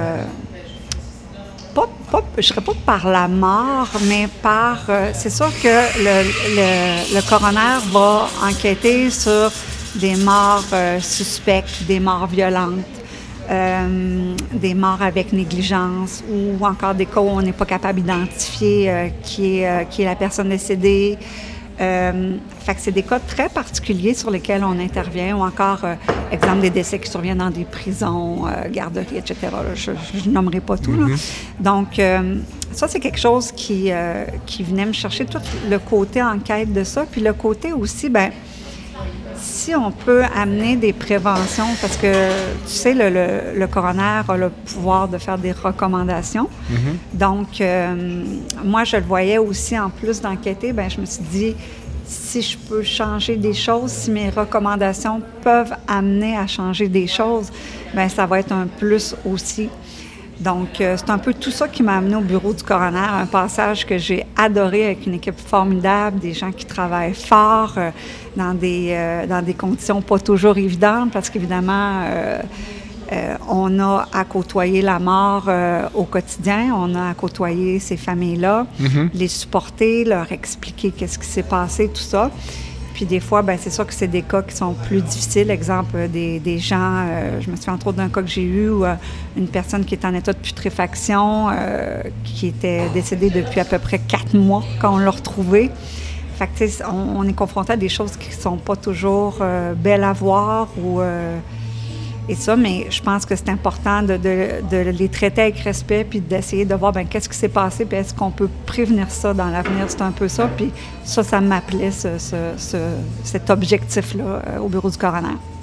je ne dirais pas par la mort, mais par... c'est sûr que le coroner va enquêter sur des morts suspectes, des morts violentes, des morts avec négligence ou encore des cas où on n'est pas capable d'identifier qui est la personne décédée. Fait que c'est des cas très particuliers sur lesquels on intervient ou encore, exemple, des décès qui surviennent dans des prisons, garderies, etc. Là, je ne nommerai pas tout. Là. Donc, ça, c'est quelque chose qui venait me chercher tout le côté enquête de ça. Puis le côté aussi, bien, si on peut amener des préventions, parce que, tu sais, le coroner a le pouvoir de faire des recommandations. Donc, moi, je le voyais aussi, en plus d'enquêter, bien, je me suis dit, si je peux changer des choses, si mes recommandations peuvent amener à changer des choses, bien, ça va être un plus aussi. Donc, c'est un peu tout ça qui m'a amené au bureau du coroner, un passage que j'ai adoré avec une équipe formidable, des gens qui travaillent fort dans des conditions pas toujours évidentes, parce qu'évidemment, on a à côtoyer la mort au quotidien, on a à côtoyer ces familles-là, les supporter, leur expliquer qu'est-ce qui s'est passé, tout ça. Puis des fois, bien, c'est sûr que c'est des cas qui sont plus difficiles. Exemple, des gens, je me souviens entre autres d'un cas que j'ai eu où une personne qui est en état de putréfaction, qui était décédée depuis à peu près 4 mois quand on l'a retrouvée. Fait que, tu sais, on est confronté à des choses qui ne sont pas toujours belles à voir et ça, mais je pense que c'est important de les traiter avec respect puis d'essayer de voir bien, qu'est-ce qui s'est passé puis est-ce qu'on peut prévenir ça dans l'avenir. C'est un peu ça. Puis ça m'appelait cet objectif-là au bureau du coroner.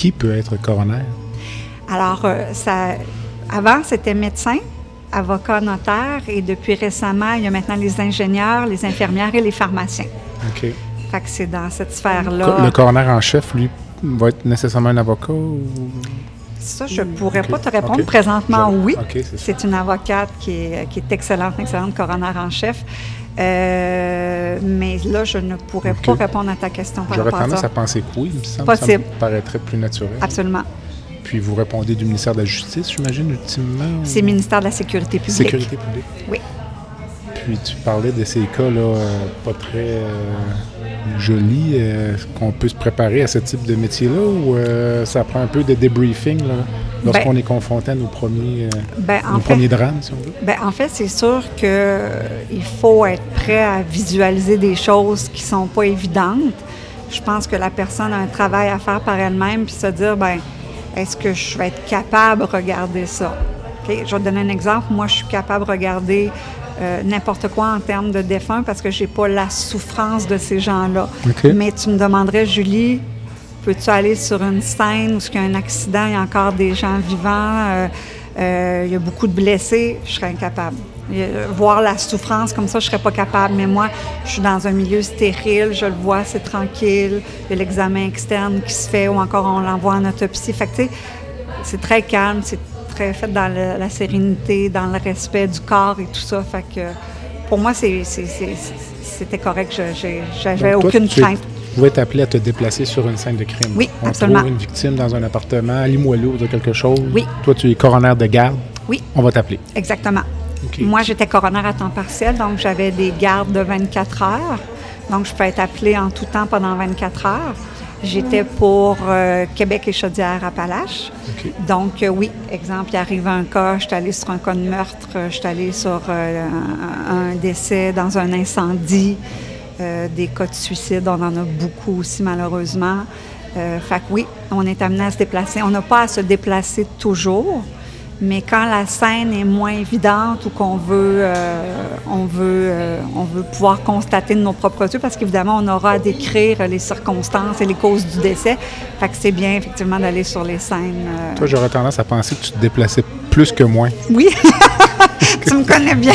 Qui peut être coroner? Alors, avant, c'était médecin, avocat, notaire, et depuis récemment, il y a maintenant les ingénieurs, les infirmières et les pharmaciens. OK. Fait que c'est dans cette sphère-là. Le coroner en chef, lui, va être nécessairement un avocat ou... Ça, je ne pourrais pas te répondre. Okay. Présentement, oui. Okay, c'est une avocate qui est excellente coroner en chef. Mais là, je ne pourrais pas répondre à ta question par rapport à ça. J'aurais tendance à penser que oui, il me semble. Possible. Ça me paraîtrait plus naturel. Absolument. Puis vous répondez du ministère de la Justice, j'imagine, ultimement? C'est le ministère de la Sécurité publique. Sécurité publique? Oui. Puis tu parlais de ces cas-là pas très jolis. Qu'on peut se préparer à ce type de métier-là ou ça prend un peu de débriefing là, lorsqu'on est confronté à nos premiers drames, si on veut? En fait, c'est sûr qu'il faut être prêt à visualiser des choses qui ne sont pas évidentes. Je pense que la personne a un travail à faire par elle-même puis se dire, est-ce que je vais être capable de regarder ça? Okay? Je vais te donner un exemple. Moi, je suis capable de regarder n'importe quoi en termes de défunts parce que je n'ai pas la souffrance de ces gens-là. Okay. Mais tu me demanderais, Julie, peux-tu aller sur une scène où il y a un accident, il y a encore des gens vivants, il y a beaucoup de blessés, je serais incapable. Voir la souffrance comme ça, je ne serais pas capable. Mais moi, je suis dans un milieu stérile, je le vois, c'est tranquille. Il y a l'examen externe qui se fait ou encore on l'envoie en autopsie. Fait que, tu sais, c'est très calme, c'est très fait dans la sérénité, dans le respect du corps et tout ça. Fait que pour moi, c'était correct. J'avais aucune crainte. Tu pouvais être appelé à te déplacer sur une scène de crime. Oui, on absolument. On trouve une victime dans un appartement à Limoilou ou quelque chose. Oui. Toi, tu es coroner de garde. Oui. On va t'appeler. Exactement. Okay. Moi, j'étais coroner à temps partiel, donc j'avais des gardes de 24 heures. Donc, je peux être appelée en tout temps pendant 24 heures. J'étais pour Québec et Chaudière-Appalaches. Okay. Donc, oui, exemple, il arrive un cas, je suis allée sur un cas de meurtre, je suis allée sur un décès dans un incendie, des cas de suicide, on en a beaucoup aussi, malheureusement. Fait que oui, on est amené à se déplacer. On n'a pas à se déplacer toujours, mais quand la scène est moins évidente ou qu'on veut, on veut pouvoir constater de nos propres yeux, parce qu'évidemment, on aura à décrire les circonstances et les causes du décès. Fait que c'est bien, effectivement, d'aller sur les scènes. Toi, j'aurais tendance à penser que tu te déplaçais plus que moins. Oui, tu me connais bien.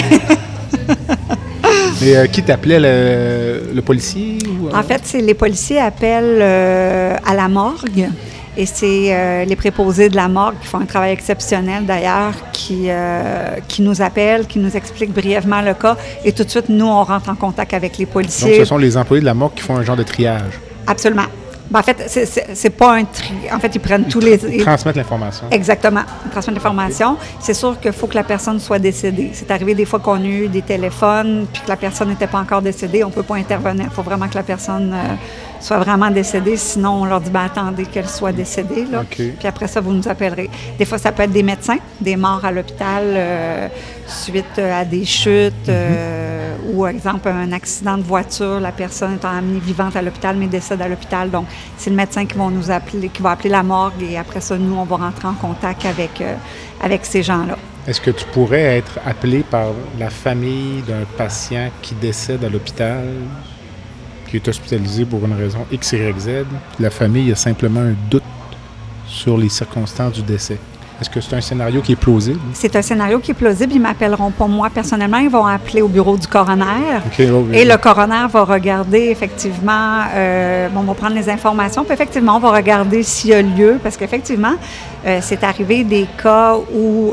Mais qui t'appelait, le policier? Ou, En fait, les policiers appellent à la morgue. Et c'est les préposés de la morgue qui font un travail exceptionnel, d'ailleurs, qui nous appellent, qui nous expliquent brièvement le cas. Et tout de suite, nous, on rentre en contact avec les policiers. Donc, ce sont les employés de la morgue qui font un genre de triage? Absolument. En fait, c'est pas un tri. En fait, ils prennent tous les... Ils transmettent l'information. Exactement. Ils transmettent l'information. C'est sûr qu'il faut que la personne soit décédée. C'est arrivé des fois qu'on a eu des téléphones puis que la personne n'était pas encore décédée. On ne peut pas intervenir. Il faut vraiment que la personne soit vraiment décédée. Sinon, on leur dit, attendez qu'elle soit décédée. Là. Okay. Puis après ça, vous nous appellerez. Des fois, ça peut être des médecins, des morts à l'hôpital suite à des chutes ou, exemple, un accident de voiture. La personne est emmenée vivante à l'hôpital, mais décède à l'hôpital. Donc, c'est le médecin qui va nous appeler, qui va appeler la morgue et après ça, nous, on va rentrer en contact avec ces gens-là. Est-ce que tu pourrais être appelé par la famille d'un patient qui décède à l'hôpital, qui est hospitalisé pour une raison X, Y, Z? La famille a simplement un doute sur les circonstances du décès. Est-ce que c'est un scénario qui est plausible? C'est un scénario qui est plausible. Ils ne m'appelleront pas moi personnellement. Ils vont appeler au bureau du coroner. Okay, et le coroner va regarder effectivement, on va prendre les informations. Puis effectivement, on va regarder s'il y a lieu. Parce qu'effectivement, c'est arrivé des cas où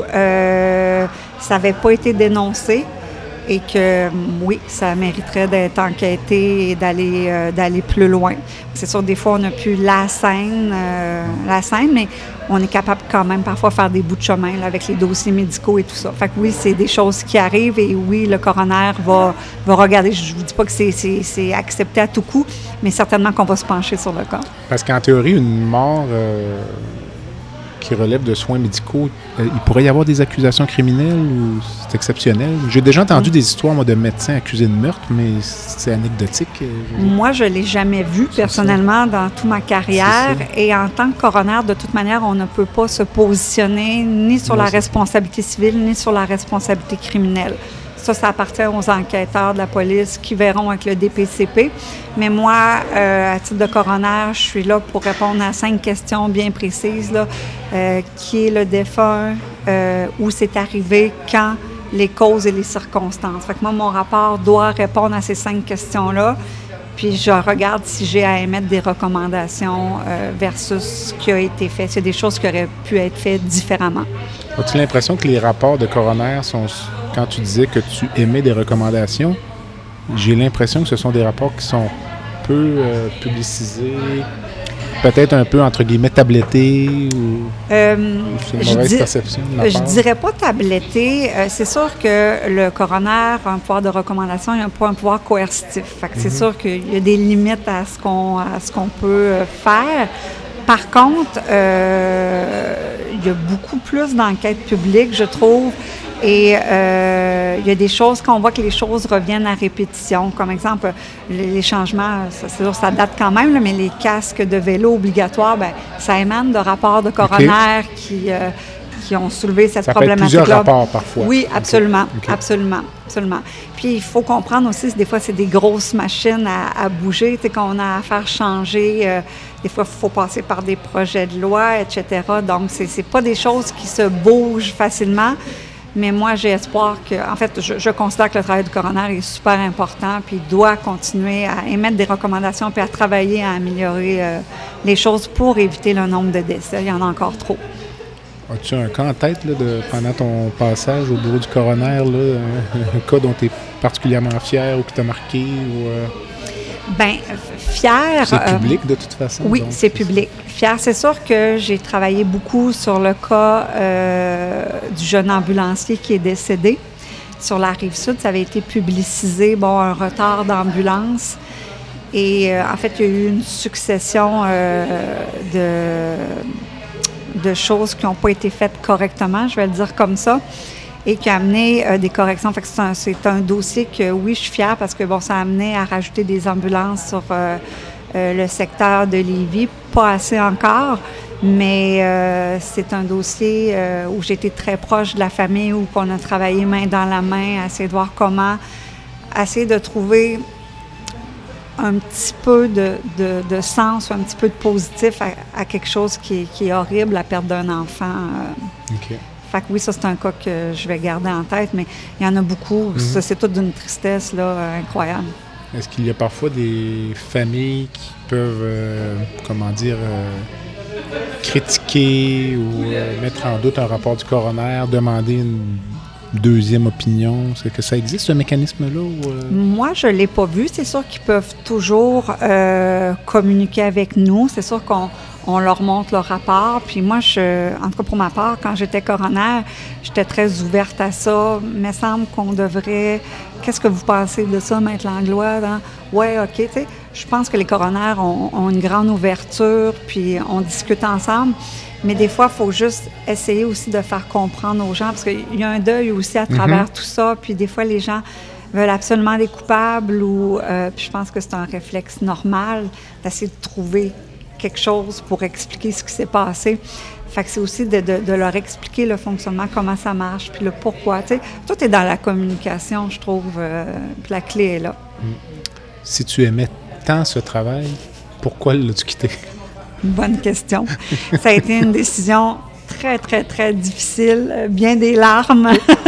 ça n'avait pas été dénoncé. Et que, oui, ça mériterait d'être enquêté et d'aller plus loin. C'est sûr, des fois, on n'a plus la scène, mais on est capable quand même parfois de faire des bouts de chemin là, avec les dossiers médicaux et tout ça. Fait que oui, c'est des choses qui arrivent et oui, le coroner va regarder. Je ne vous dis pas que c'est accepté à tout coup, mais certainement qu'on va se pencher sur le cas. Parce qu'en théorie, une mort qui relève de soins médicaux, il pourrait y avoir des accusations criminelles ou c'est exceptionnel? J'ai déjà entendu des histoires, moi, de médecins accusés de meurtre, mais c'est anecdotique. Moi, je ne l'ai jamais vu personnellement dans toute ma carrière. Et en tant que coroner, de toute manière, on ne peut pas se positionner ni sur la responsabilité civile, ni sur la responsabilité criminelle. ça appartient aux enquêteurs de la police qui verront avec le DPCP. Mais moi, à titre de coroner, je suis là pour répondre à 5 questions bien précises. Là. Qui est le défunt, où c'est arrivé, quand, les causes et les circonstances. Fait que moi, mon rapport doit répondre à ces 5 questions-là. Puis je regarde si j'ai à émettre des recommandations versus ce qui a été fait. C'est des choses qui auraient pu être faites différemment. As-tu l'impression que les rapports de coroner sont... Quand tu disais que tu émets des recommandations, j'ai l'impression que ce sont des rapports qui sont peu publicisés, peut-être un peu, entre guillemets, tablettés, ou c'est une mauvaise perception de ma part? Je dirais pas tabletté. C'est sûr que le coroner a un pouvoir de recommandation, il a pas un pouvoir coercitif. Fait que c'est sûr qu'il y a des limites à ce qu'on peut faire. Par contre, il y a beaucoup plus d'enquêtes publiques, je trouve, et il y a des choses, quand on voit que les choses reviennent à répétition, comme exemple, les changements, c'est sûr, ça date quand même, là, mais les casques de vélo obligatoires, bien, ça émane de rapports de coroner qui ont soulevé cette problématique-là. Ça peut être plusieurs rapports parfois. Oui, absolument, Okay. absolument. Puis il faut comprendre aussi, des fois, c'est des grosses machines à bouger, tu sais, qu'on a à faire changer. Des fois, il faut passer par des projets de loi, etc. Donc, c'est pas des choses qui se bougent facilement. Mais moi, j'ai espoir que... En fait, je considère que le travail du coroner est super important, puis il doit continuer à émettre des recommandations, puis à travailler à améliorer les choses pour éviter le nombre de décès. Il y en a encore trop. As-tu un cas en tête, là, pendant ton passage au bureau du coroner, là, un cas dont tu es particulièrement fier ou qui t'a marqué? Bien, fier... C'est public, de toute façon? Oui, donc, c'est public. Fier, c'est sûr que j'ai travaillé beaucoup sur le cas du jeune ambulancier qui est décédé sur la Rive-Sud. Ça avait été publicisé, un retard d'ambulance. Et en fait, il y a eu une succession de choses qui n'ont pas été faites correctement, je vais le dire comme ça, et qui a amené des corrections. Fait que c'est un dossier que, oui, je suis fière parce que, ça a amené à rajouter des ambulances sur le secteur de Lévis. Pas assez encore, mais c'est un dossier où j'ai été très proche de la famille, où on a travaillé main dans la main à essayer de voir comment essayer de trouver un petit peu de sens, un petit peu de positif à quelque chose qui est horrible, la perte d'un enfant. OK. Fait que oui, ça, c'est un cas que je vais garder en tête, mais il y en a beaucoup. Ça, c'est tout d'une tristesse là, incroyable. Est-ce qu'il y a parfois des familles qui peuvent, critiquer ou mettre en doute un rapport du coroner, demander une deuxième opinion? Est-ce que ça existe, ce mécanisme-là? Moi, je ne l'ai pas vu. C'est sûr qu'ils peuvent toujours communiquer avec nous. C'est sûr qu'on leur montre le rapport. Puis moi, en tout cas pour ma part, quand j'étais coroner, j'étais très ouverte à ça. Il me semble qu'on devrait... Qu'est-ce que vous pensez de ça, Maître Langlois? Oui, OK, tu sais. Je pense que les coroners ont une grande ouverture, puis on discute ensemble. Mais des fois, il faut juste essayer aussi de faire comprendre aux gens, parce qu'il y a un deuil aussi à travers tout ça. Puis des fois, les gens veulent absolument des coupables, puis je pense que c'est un réflexe normal d'essayer de trouver quelque chose pour expliquer ce qui s'est passé. Fait que c'est aussi de leur expliquer le fonctionnement, comment ça marche, puis le pourquoi. Tu sais, tout est dans la communication, je trouve, puis la clé est là. Si tu aimais tant ce travail, pourquoi l'as-tu quitté? Une bonne question. Ça a été une décision très, très, très difficile, bien des larmes.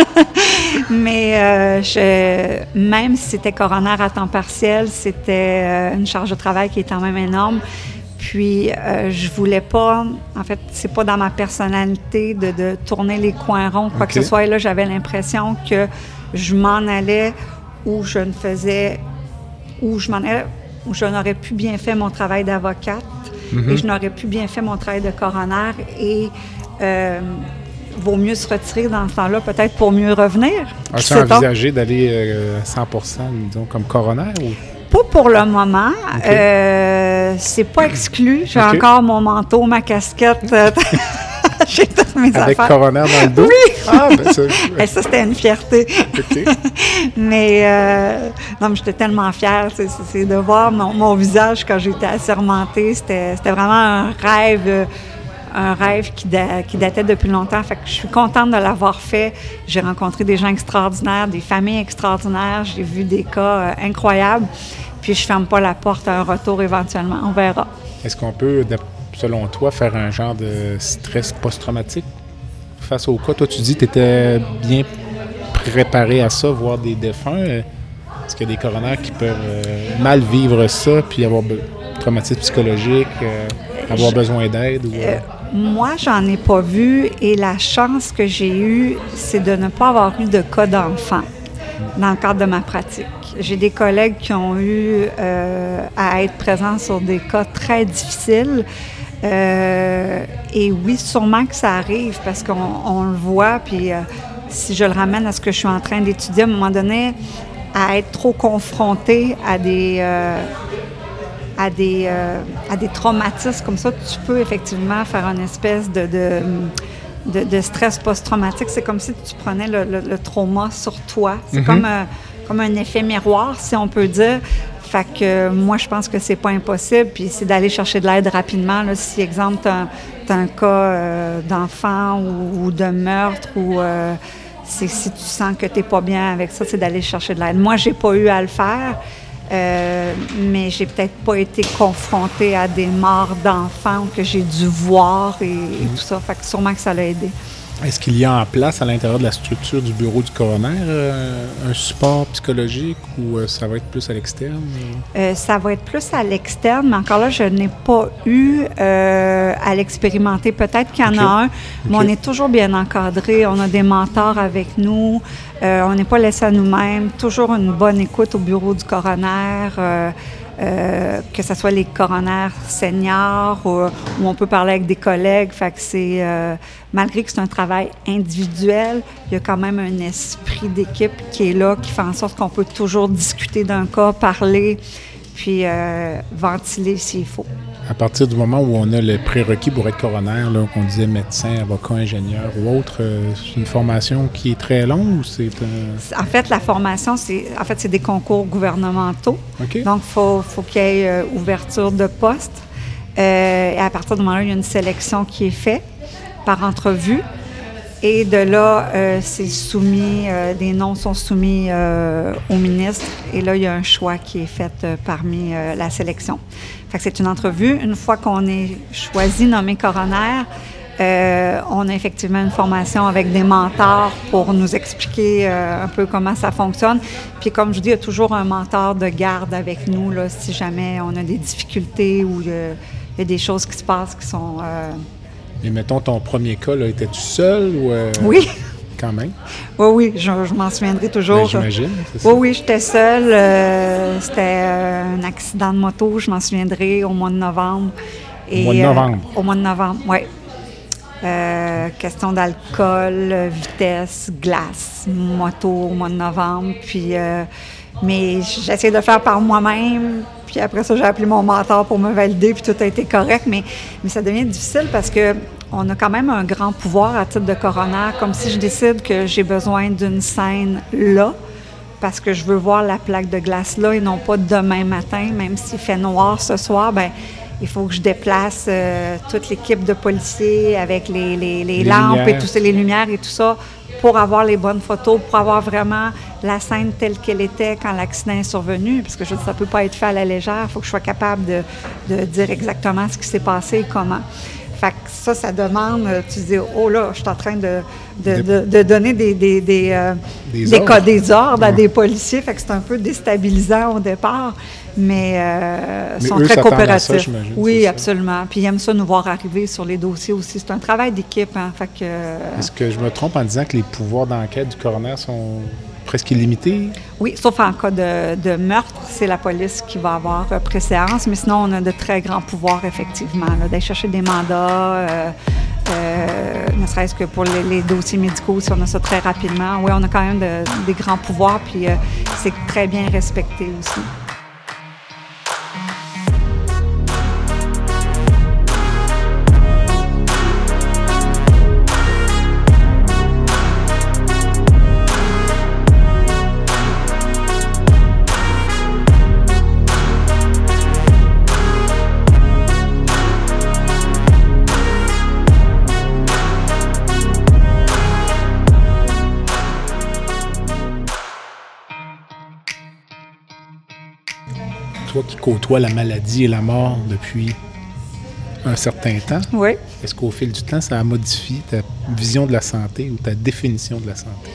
Mais même si c'était coroner à temps partiel, c'était une charge de travail qui est quand même énorme. Puis, je voulais pas... En fait, c'est pas dans ma personnalité de tourner les coins ronds, quoi que ce soit. Et là, j'avais l'impression que je m'en allais où je ne faisais... où je n'aurais plus bien fait mon travail d'avocate et je n'aurais plus bien fait mon travail de coroner. Et vaut mieux se retirer dans ce temps-là, peut-être pour mieux revenir. As-tu envisagé d'aller 100%, disons, comme coroner? Ou... Pas pour le moment. C'est pas exclu. J'ai encore mon manteau, ma casquette. J'ai toutes mes affaires. Avec coroner dans le dos? Oui! Ah, ben ça... Et ça, c'était une fierté. OK. Mais, non, mais j'étais tellement fière. C'est de voir mon visage quand j'étais assermentée. C'était vraiment un rêve un rêve qui datait depuis longtemps. Fait que je suis contente de l'avoir fait. J'ai rencontré des gens extraordinaires, des familles extraordinaires. J'ai vu des cas incroyables. Puis je ferme pas la porte à un retour éventuellement. On verra. Est-ce qu'on peut, selon toi, faire un genre de stress post-traumatique face au cas? Toi, tu dis que tu étais bien préparé à ça, voir des défunts. Est-ce qu'il y a des coroners qui peuvent mal vivre ça, puis avoir traumatisme psychologique, avoir besoin d'aide? Moi, j'en ai pas vu et la chance que j'ai eue, c'est de ne pas avoir eu de cas d'enfant dans le cadre de ma pratique. J'ai des collègues qui ont eu à être présents sur des cas très difficiles. Et oui, sûrement que ça arrive parce qu'on le voit. Puis si je le ramène à ce que je suis en train d'étudier, à un moment donné, à être trop confronté à des traumatismes comme ça, tu peux effectivement faire une espèce de stress post-traumatique. C'est comme si tu prenais le trauma sur toi. C'est comme un effet miroir, si on peut dire. Fait que moi, je pense que c'est pas impossible. Puis c'est d'aller chercher de l'aide rapidement. Là, si, exemple, t'as un cas d'enfant ou de meurtre ou... si tu sens que tu n'es pas bien avec ça, c'est d'aller chercher de l'aide. Moi, j'ai pas eu à le faire, mais j'ai peut-être pas été confrontée à des morts d'enfants que j'ai dû voir et tout ça. Fait que sûrement que ça l'a aidé. Est-ce qu'il y a en place à l'intérieur de la structure du bureau du coroner un support psychologique ou ça va être plus à l'externe? Ça va être plus à l'externe, mais encore là, je n'ai pas eu à l'expérimenter. Peut-être qu'il y en a un, mais on est toujours bien encadré. On a des mentors avec nous. On n'est pas laissé à nous-mêmes. Toujours une bonne écoute au bureau du coroner. Que ce soit les coroners seniors où on peut parler avec des collègues. Fait que c'est, malgré que c'est un travail individuel, il y a quand même un esprit d'équipe qui est là, qui fait en sorte qu'on peut toujours discuter d'un cas, parler, puis ventiler s'il faut. À partir du moment où on a le prérequis pour être coroner, là, qu'on disait médecin, avocat, ingénieur ou autre, c'est une formation qui est très longue ou c'est... En fait, la formation, c'est des concours gouvernementaux. Okay. Donc, faut qu'il y ait ouverture de poste. Et à partir du moment-là, il y a une sélection qui est faite par entrevue. Et de là, c'est soumis, des noms sont soumis au ministre. Et là, il y a un choix qui est fait parmi la sélection. Fait que c'est une entrevue. Une fois qu'on est choisi, nommé coroner, on a effectivement une formation avec des mentors pour nous expliquer un peu comment ça fonctionne. Puis comme je vous dis, il y a toujours un mentor de garde avec nous là, si jamais on a des difficultés ou il y a des choses qui se passent qui sont... Mais mettons, ton premier cas, là, étais-tu seul ou... Oui. Quand même. Oui, je m'en souviendrai toujours. Ben, j'imagine, c'est ça. Oui, j'étais seule. C'était un accident de moto, je m'en souviendrai, au mois de novembre. Au mois de novembre? Au mois de novembre, oui. Question d'alcool, vitesse, glace, moto au mois de novembre. Puis, mais j'ai essayé de le faire par moi-même. Puis après ça, j'ai appelé mon mentor pour me valider, puis tout a été correct. Mais ça devient difficile parce que on a quand même un grand pouvoir à titre de coroner, comme si je décide que j'ai besoin d'une scène là, parce que je veux voir la plaque de glace là et non pas demain matin, même s'il fait noir ce soir, bien, il faut que je déplace toute l'équipe de policiers avec les lampes lumières. Et tout ça, les lumières et tout ça, pour avoir les bonnes photos, pour avoir vraiment la scène telle qu'elle était quand l'accident est survenu, parce que je veux dire, ça ne peut pas être fait à la légère, il faut que je sois capable de dire exactement ce qui s'est passé et comment. Fait que ça demande, tu dis, oh là, je suis en train de donner des ordres à des policiers, fait que c'est un peu déstabilisant au départ, mais ils sont très coopératifs. Ça, oui, absolument. Puis ils aiment ça nous voir arriver sur les dossiers aussi. C'est un travail d'équipe, hein, fait que... Est-ce que je me trompe en disant que les pouvoirs d'enquête du coroner sont presque illimités? Oui, sauf en cas de meurtre, c'est la police qui va avoir préséance, mais sinon, on a de très grands pouvoirs, effectivement, d'aller chercher des mandats, ne serait-ce que pour les dossiers médicaux, si on a ça très rapidement. Oui, on a quand même des grands pouvoirs, puis c'est très bien respecté aussi. côtoies la maladie et la mort depuis un certain temps. Oui. Est-ce qu'au fil du temps, ça a modifié ta vision de la santé ou ta définition de la santé?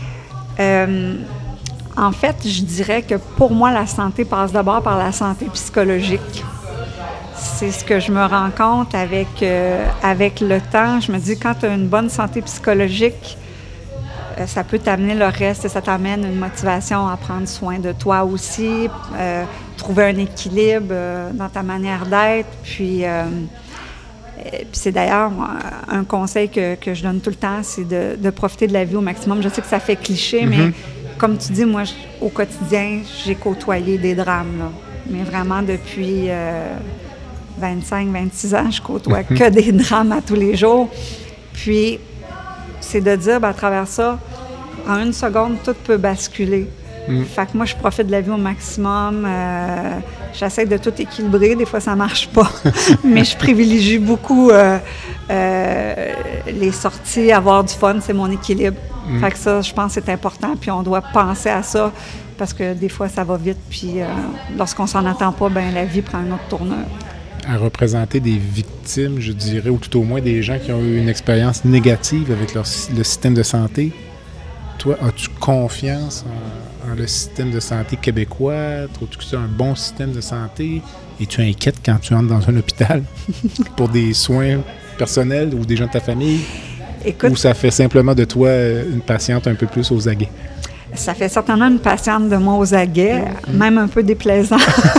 En fait, je dirais que pour moi, la santé passe d'abord par la santé psychologique. C'est ce que je me rends compte avec le temps. Je me dis, quand tu as une bonne santé psychologique, ça peut t'amener le reste, ça t'amène une motivation à prendre soin de toi aussi, trouver un équilibre dans ta manière d'être. Puis c'est d'ailleurs un conseil que je donne tout le temps, c'est de profiter de la vie au maximum. Je sais que ça fait cliché, mais comme tu dis, moi, au quotidien, j'ai côtoyé des drames, là. Mais vraiment depuis 25-26 ans, je côtoie que des drames à tous les jours. Puis, c'est de dire, à travers ça, en une seconde, tout peut basculer. Fait que moi, je profite de la vie au maximum. J'essaie de tout équilibrer. Des fois, ça marche pas. Mais je privilégie beaucoup les sorties, avoir du fun, c'est mon équilibre. Fait que ça, je pense que c'est important. Puis on doit penser à ça parce que des fois, ça va vite. Puis lorsqu'on s'en attend pas, ben la vie prend une autre tournure. À représenter des victimes, je dirais, ou tout au moins des gens qui ont eu une expérience négative avec le système de santé. Toi, as-tu confiance en le système de santé québécois? Trouves-tu que c'est un bon système de santé? Es-tu inquiète quand tu entres dans un hôpital pour des soins personnels ou des gens de ta famille? Écoute, ou ça fait simplement de toi une patiente un peu plus aux aguets? Ça fait certainement une patiente de moi aux aguets, même un peu déplaisant.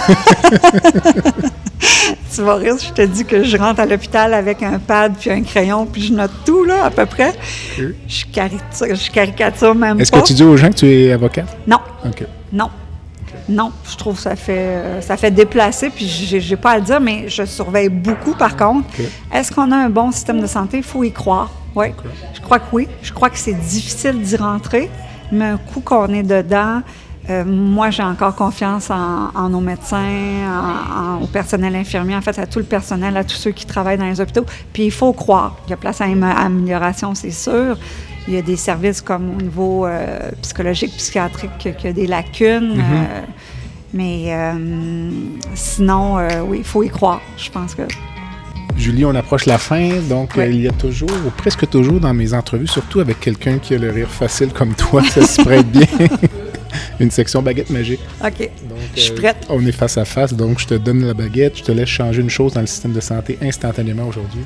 Tu vas rire, je te dis que je rentre à l'hôpital avec un pad puis un crayon puis je note tout, là, à peu près. Je caricature même pas. Est-ce que tu dis aux gens que tu es avocate? Non. OK. Non. Non, je trouve que ça fait déplacer, puis j'ai pas à le dire, mais je surveille beaucoup, par contre. Est-ce qu'on a un bon système de santé? Il faut y croire. Oui, je crois que oui. Je crois que c'est difficile d'y rentrer, mais un coup qu'on est dedans, moi, j'ai encore confiance en nos médecins, au personnel infirmier, en fait, à tout le personnel, à tous ceux qui travaillent dans les hôpitaux. Puis il faut croire. Il y a place à amélioration, c'est sûr. Il y a des services comme au niveau psychologique, psychiatrique, qui a des lacunes. Mais sinon, oui, il faut y croire. Je pense que... Julie, on approche la fin, donc il y a toujours, ou presque toujours dans mes entrevues, surtout avec quelqu'un qui a le rire facile comme toi, ça se prête bien, une section baguette magique. OK, donc, je suis prête. On est face à face, donc je te donne la baguette, je te laisse changer une chose dans le système de santé instantanément aujourd'hui.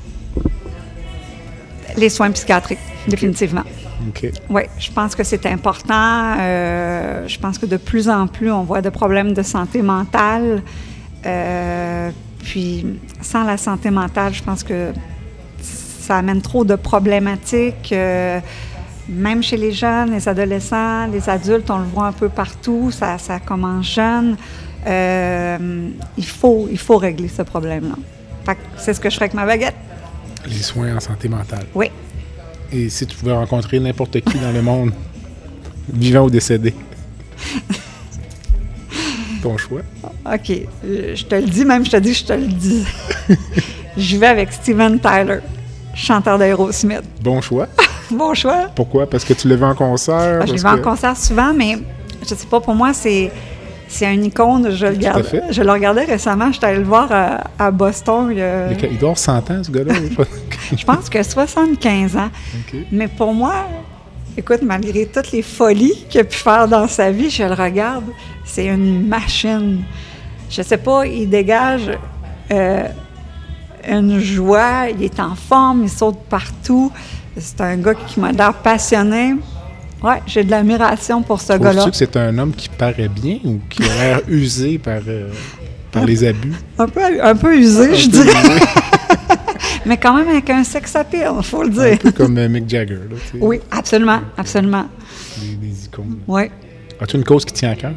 Les soins psychiatriques, définitivement. OK. Oui, je pense que c'est important. Je pense que de plus en plus, on voit de problèmes de santé mentale. Puis, sans la santé mentale, je pense que ça amène trop de problématiques, même chez les jeunes, les adolescents, les adultes, on le voit un peu partout, ça commence jeune. Il faut régler ce problème-là. Fait que c'est ce que je ferais avec ma baguette. Les soins en santé mentale. Oui. Et si tu pouvais rencontrer n'importe qui dans le monde, vivant ou décédé? Ton choix? OK. Je te le dis, même je te dis, je te le dis. Je vais avec Steven Tyler, chanteur d'Aerosmith. Bon choix. Bon choix. Pourquoi? Parce que tu l'as vu en concert? Je l'ai vu en concert souvent, mais je sais pas, pour moi, c'est un icône. Je le regardais récemment, j'étais allée le voir à Boston. Il doit avoir 100 ans, ce gars-là. Je pense que 75 ans. Okay. Mais pour moi, écoute, malgré toutes les folies qu'il a pu faire dans sa vie, je le regarde, c'est une machine. Je sais pas, il dégage une joie, il est en forme, il saute partout. C'est un gars qui m'a l'air passionné. Ouais, j'ai de l'admiration pour ce gars-là. Trouves-tu que c'est un homme qui paraît bien ou qui a l'air usé par les abus? Un peu usé, je dirais. Mais quand même avec un sex appeal, il faut le dire. Un peu comme Mick Jagger. Là, oui, absolument, absolument. Des icônes. Oui. As-tu une cause qui tient à cœur?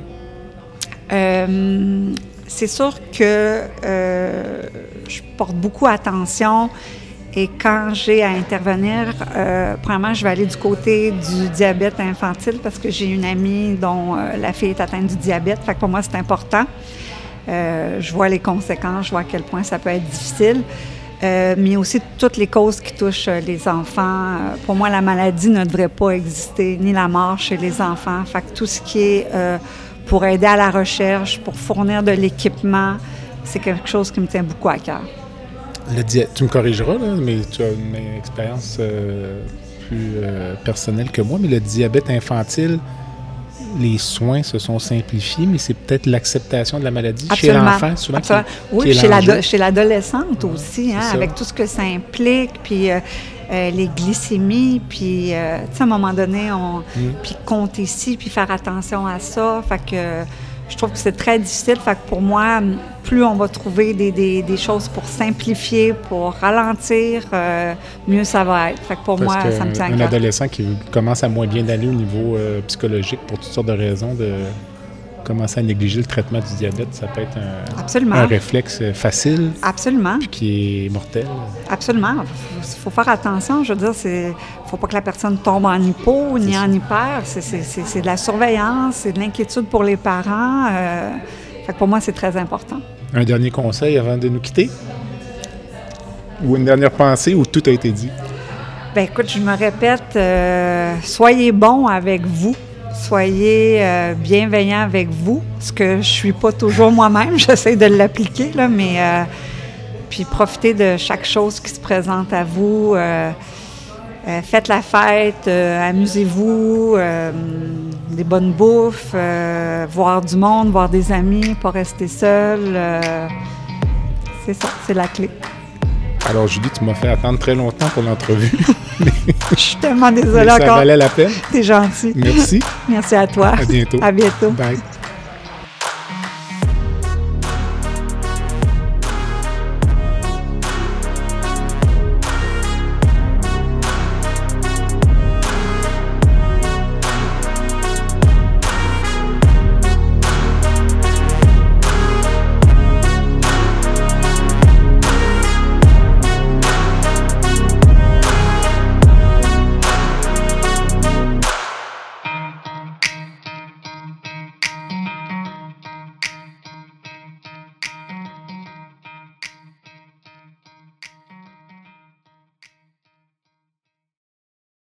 C'est sûr que je porte beaucoup attention et quand j'ai à intervenir, premièrement, je vais aller du côté du diabète infantile parce que j'ai une amie dont la fille est atteinte du diabète. Fait que pour moi, c'est important. Je vois les conséquences, je vois à quel point ça peut être difficile. Mais aussi toutes les causes qui touchent les enfants. Pour moi, la maladie ne devrait pas exister, ni la mort chez les enfants. Fait que tout ce qui est pour aider à la recherche, pour fournir de l'équipement. C'est quelque chose qui me tient beaucoup à cœur. Tu me corrigeras, là, mais tu as une expérience plus personnelle que moi, mais le diabète infantile, les soins se sont simplifiés, mais c'est peut-être l'acceptation de la maladie chez l'enfant, souvent. Oui, chez l'adolescente aussi, avec tout ce que ça implique, puis les glycémies, puis tu sais, à un moment donné, puis compter ici, puis faire attention à ça. Fait que je trouve que c'est très difficile. Fait que pour moi, plus on va trouver des choses pour simplifier, pour ralentir, mieux ça va être. Fait que pour moi, ça me tient à cœur. Un adolescent qui commence à moins bien aller au niveau psychologique pour toutes sortes de raisons, de commencer à négliger le traitement du diabète, ça peut être un réflexe facile. Absolument. Puis qui est mortel. Absolument. Il faut faire attention. Je veux dire, il ne faut pas que la personne tombe en hypo ni en hyper. C'est de la surveillance, c'est de l'inquiétude pour les parents. Fait que pour moi, c'est très important. Un dernier conseil avant de nous quitter? Ou une dernière pensée où tout a été dit? Bien, écoute, je me répète, soyez bons avec vous. Soyez bienveillants avec vous, ce que je ne suis pas toujours moi-même. J'essaie de l'appliquer, là, mais puis profitez de chaque chose qui se présente à vous. Faites la fête, amusez-vous, des bonnes bouffes, voir du monde, voir des amis, pas rester seul. C'est ça, c'est la clé. Alors, Julie, tu m'as fait attendre très longtemps pour l'entrevue. Je suis tellement désolée encore. Ça valait la peine. T'es gentil. Merci. Merci à toi. À bientôt. À bientôt. Bye.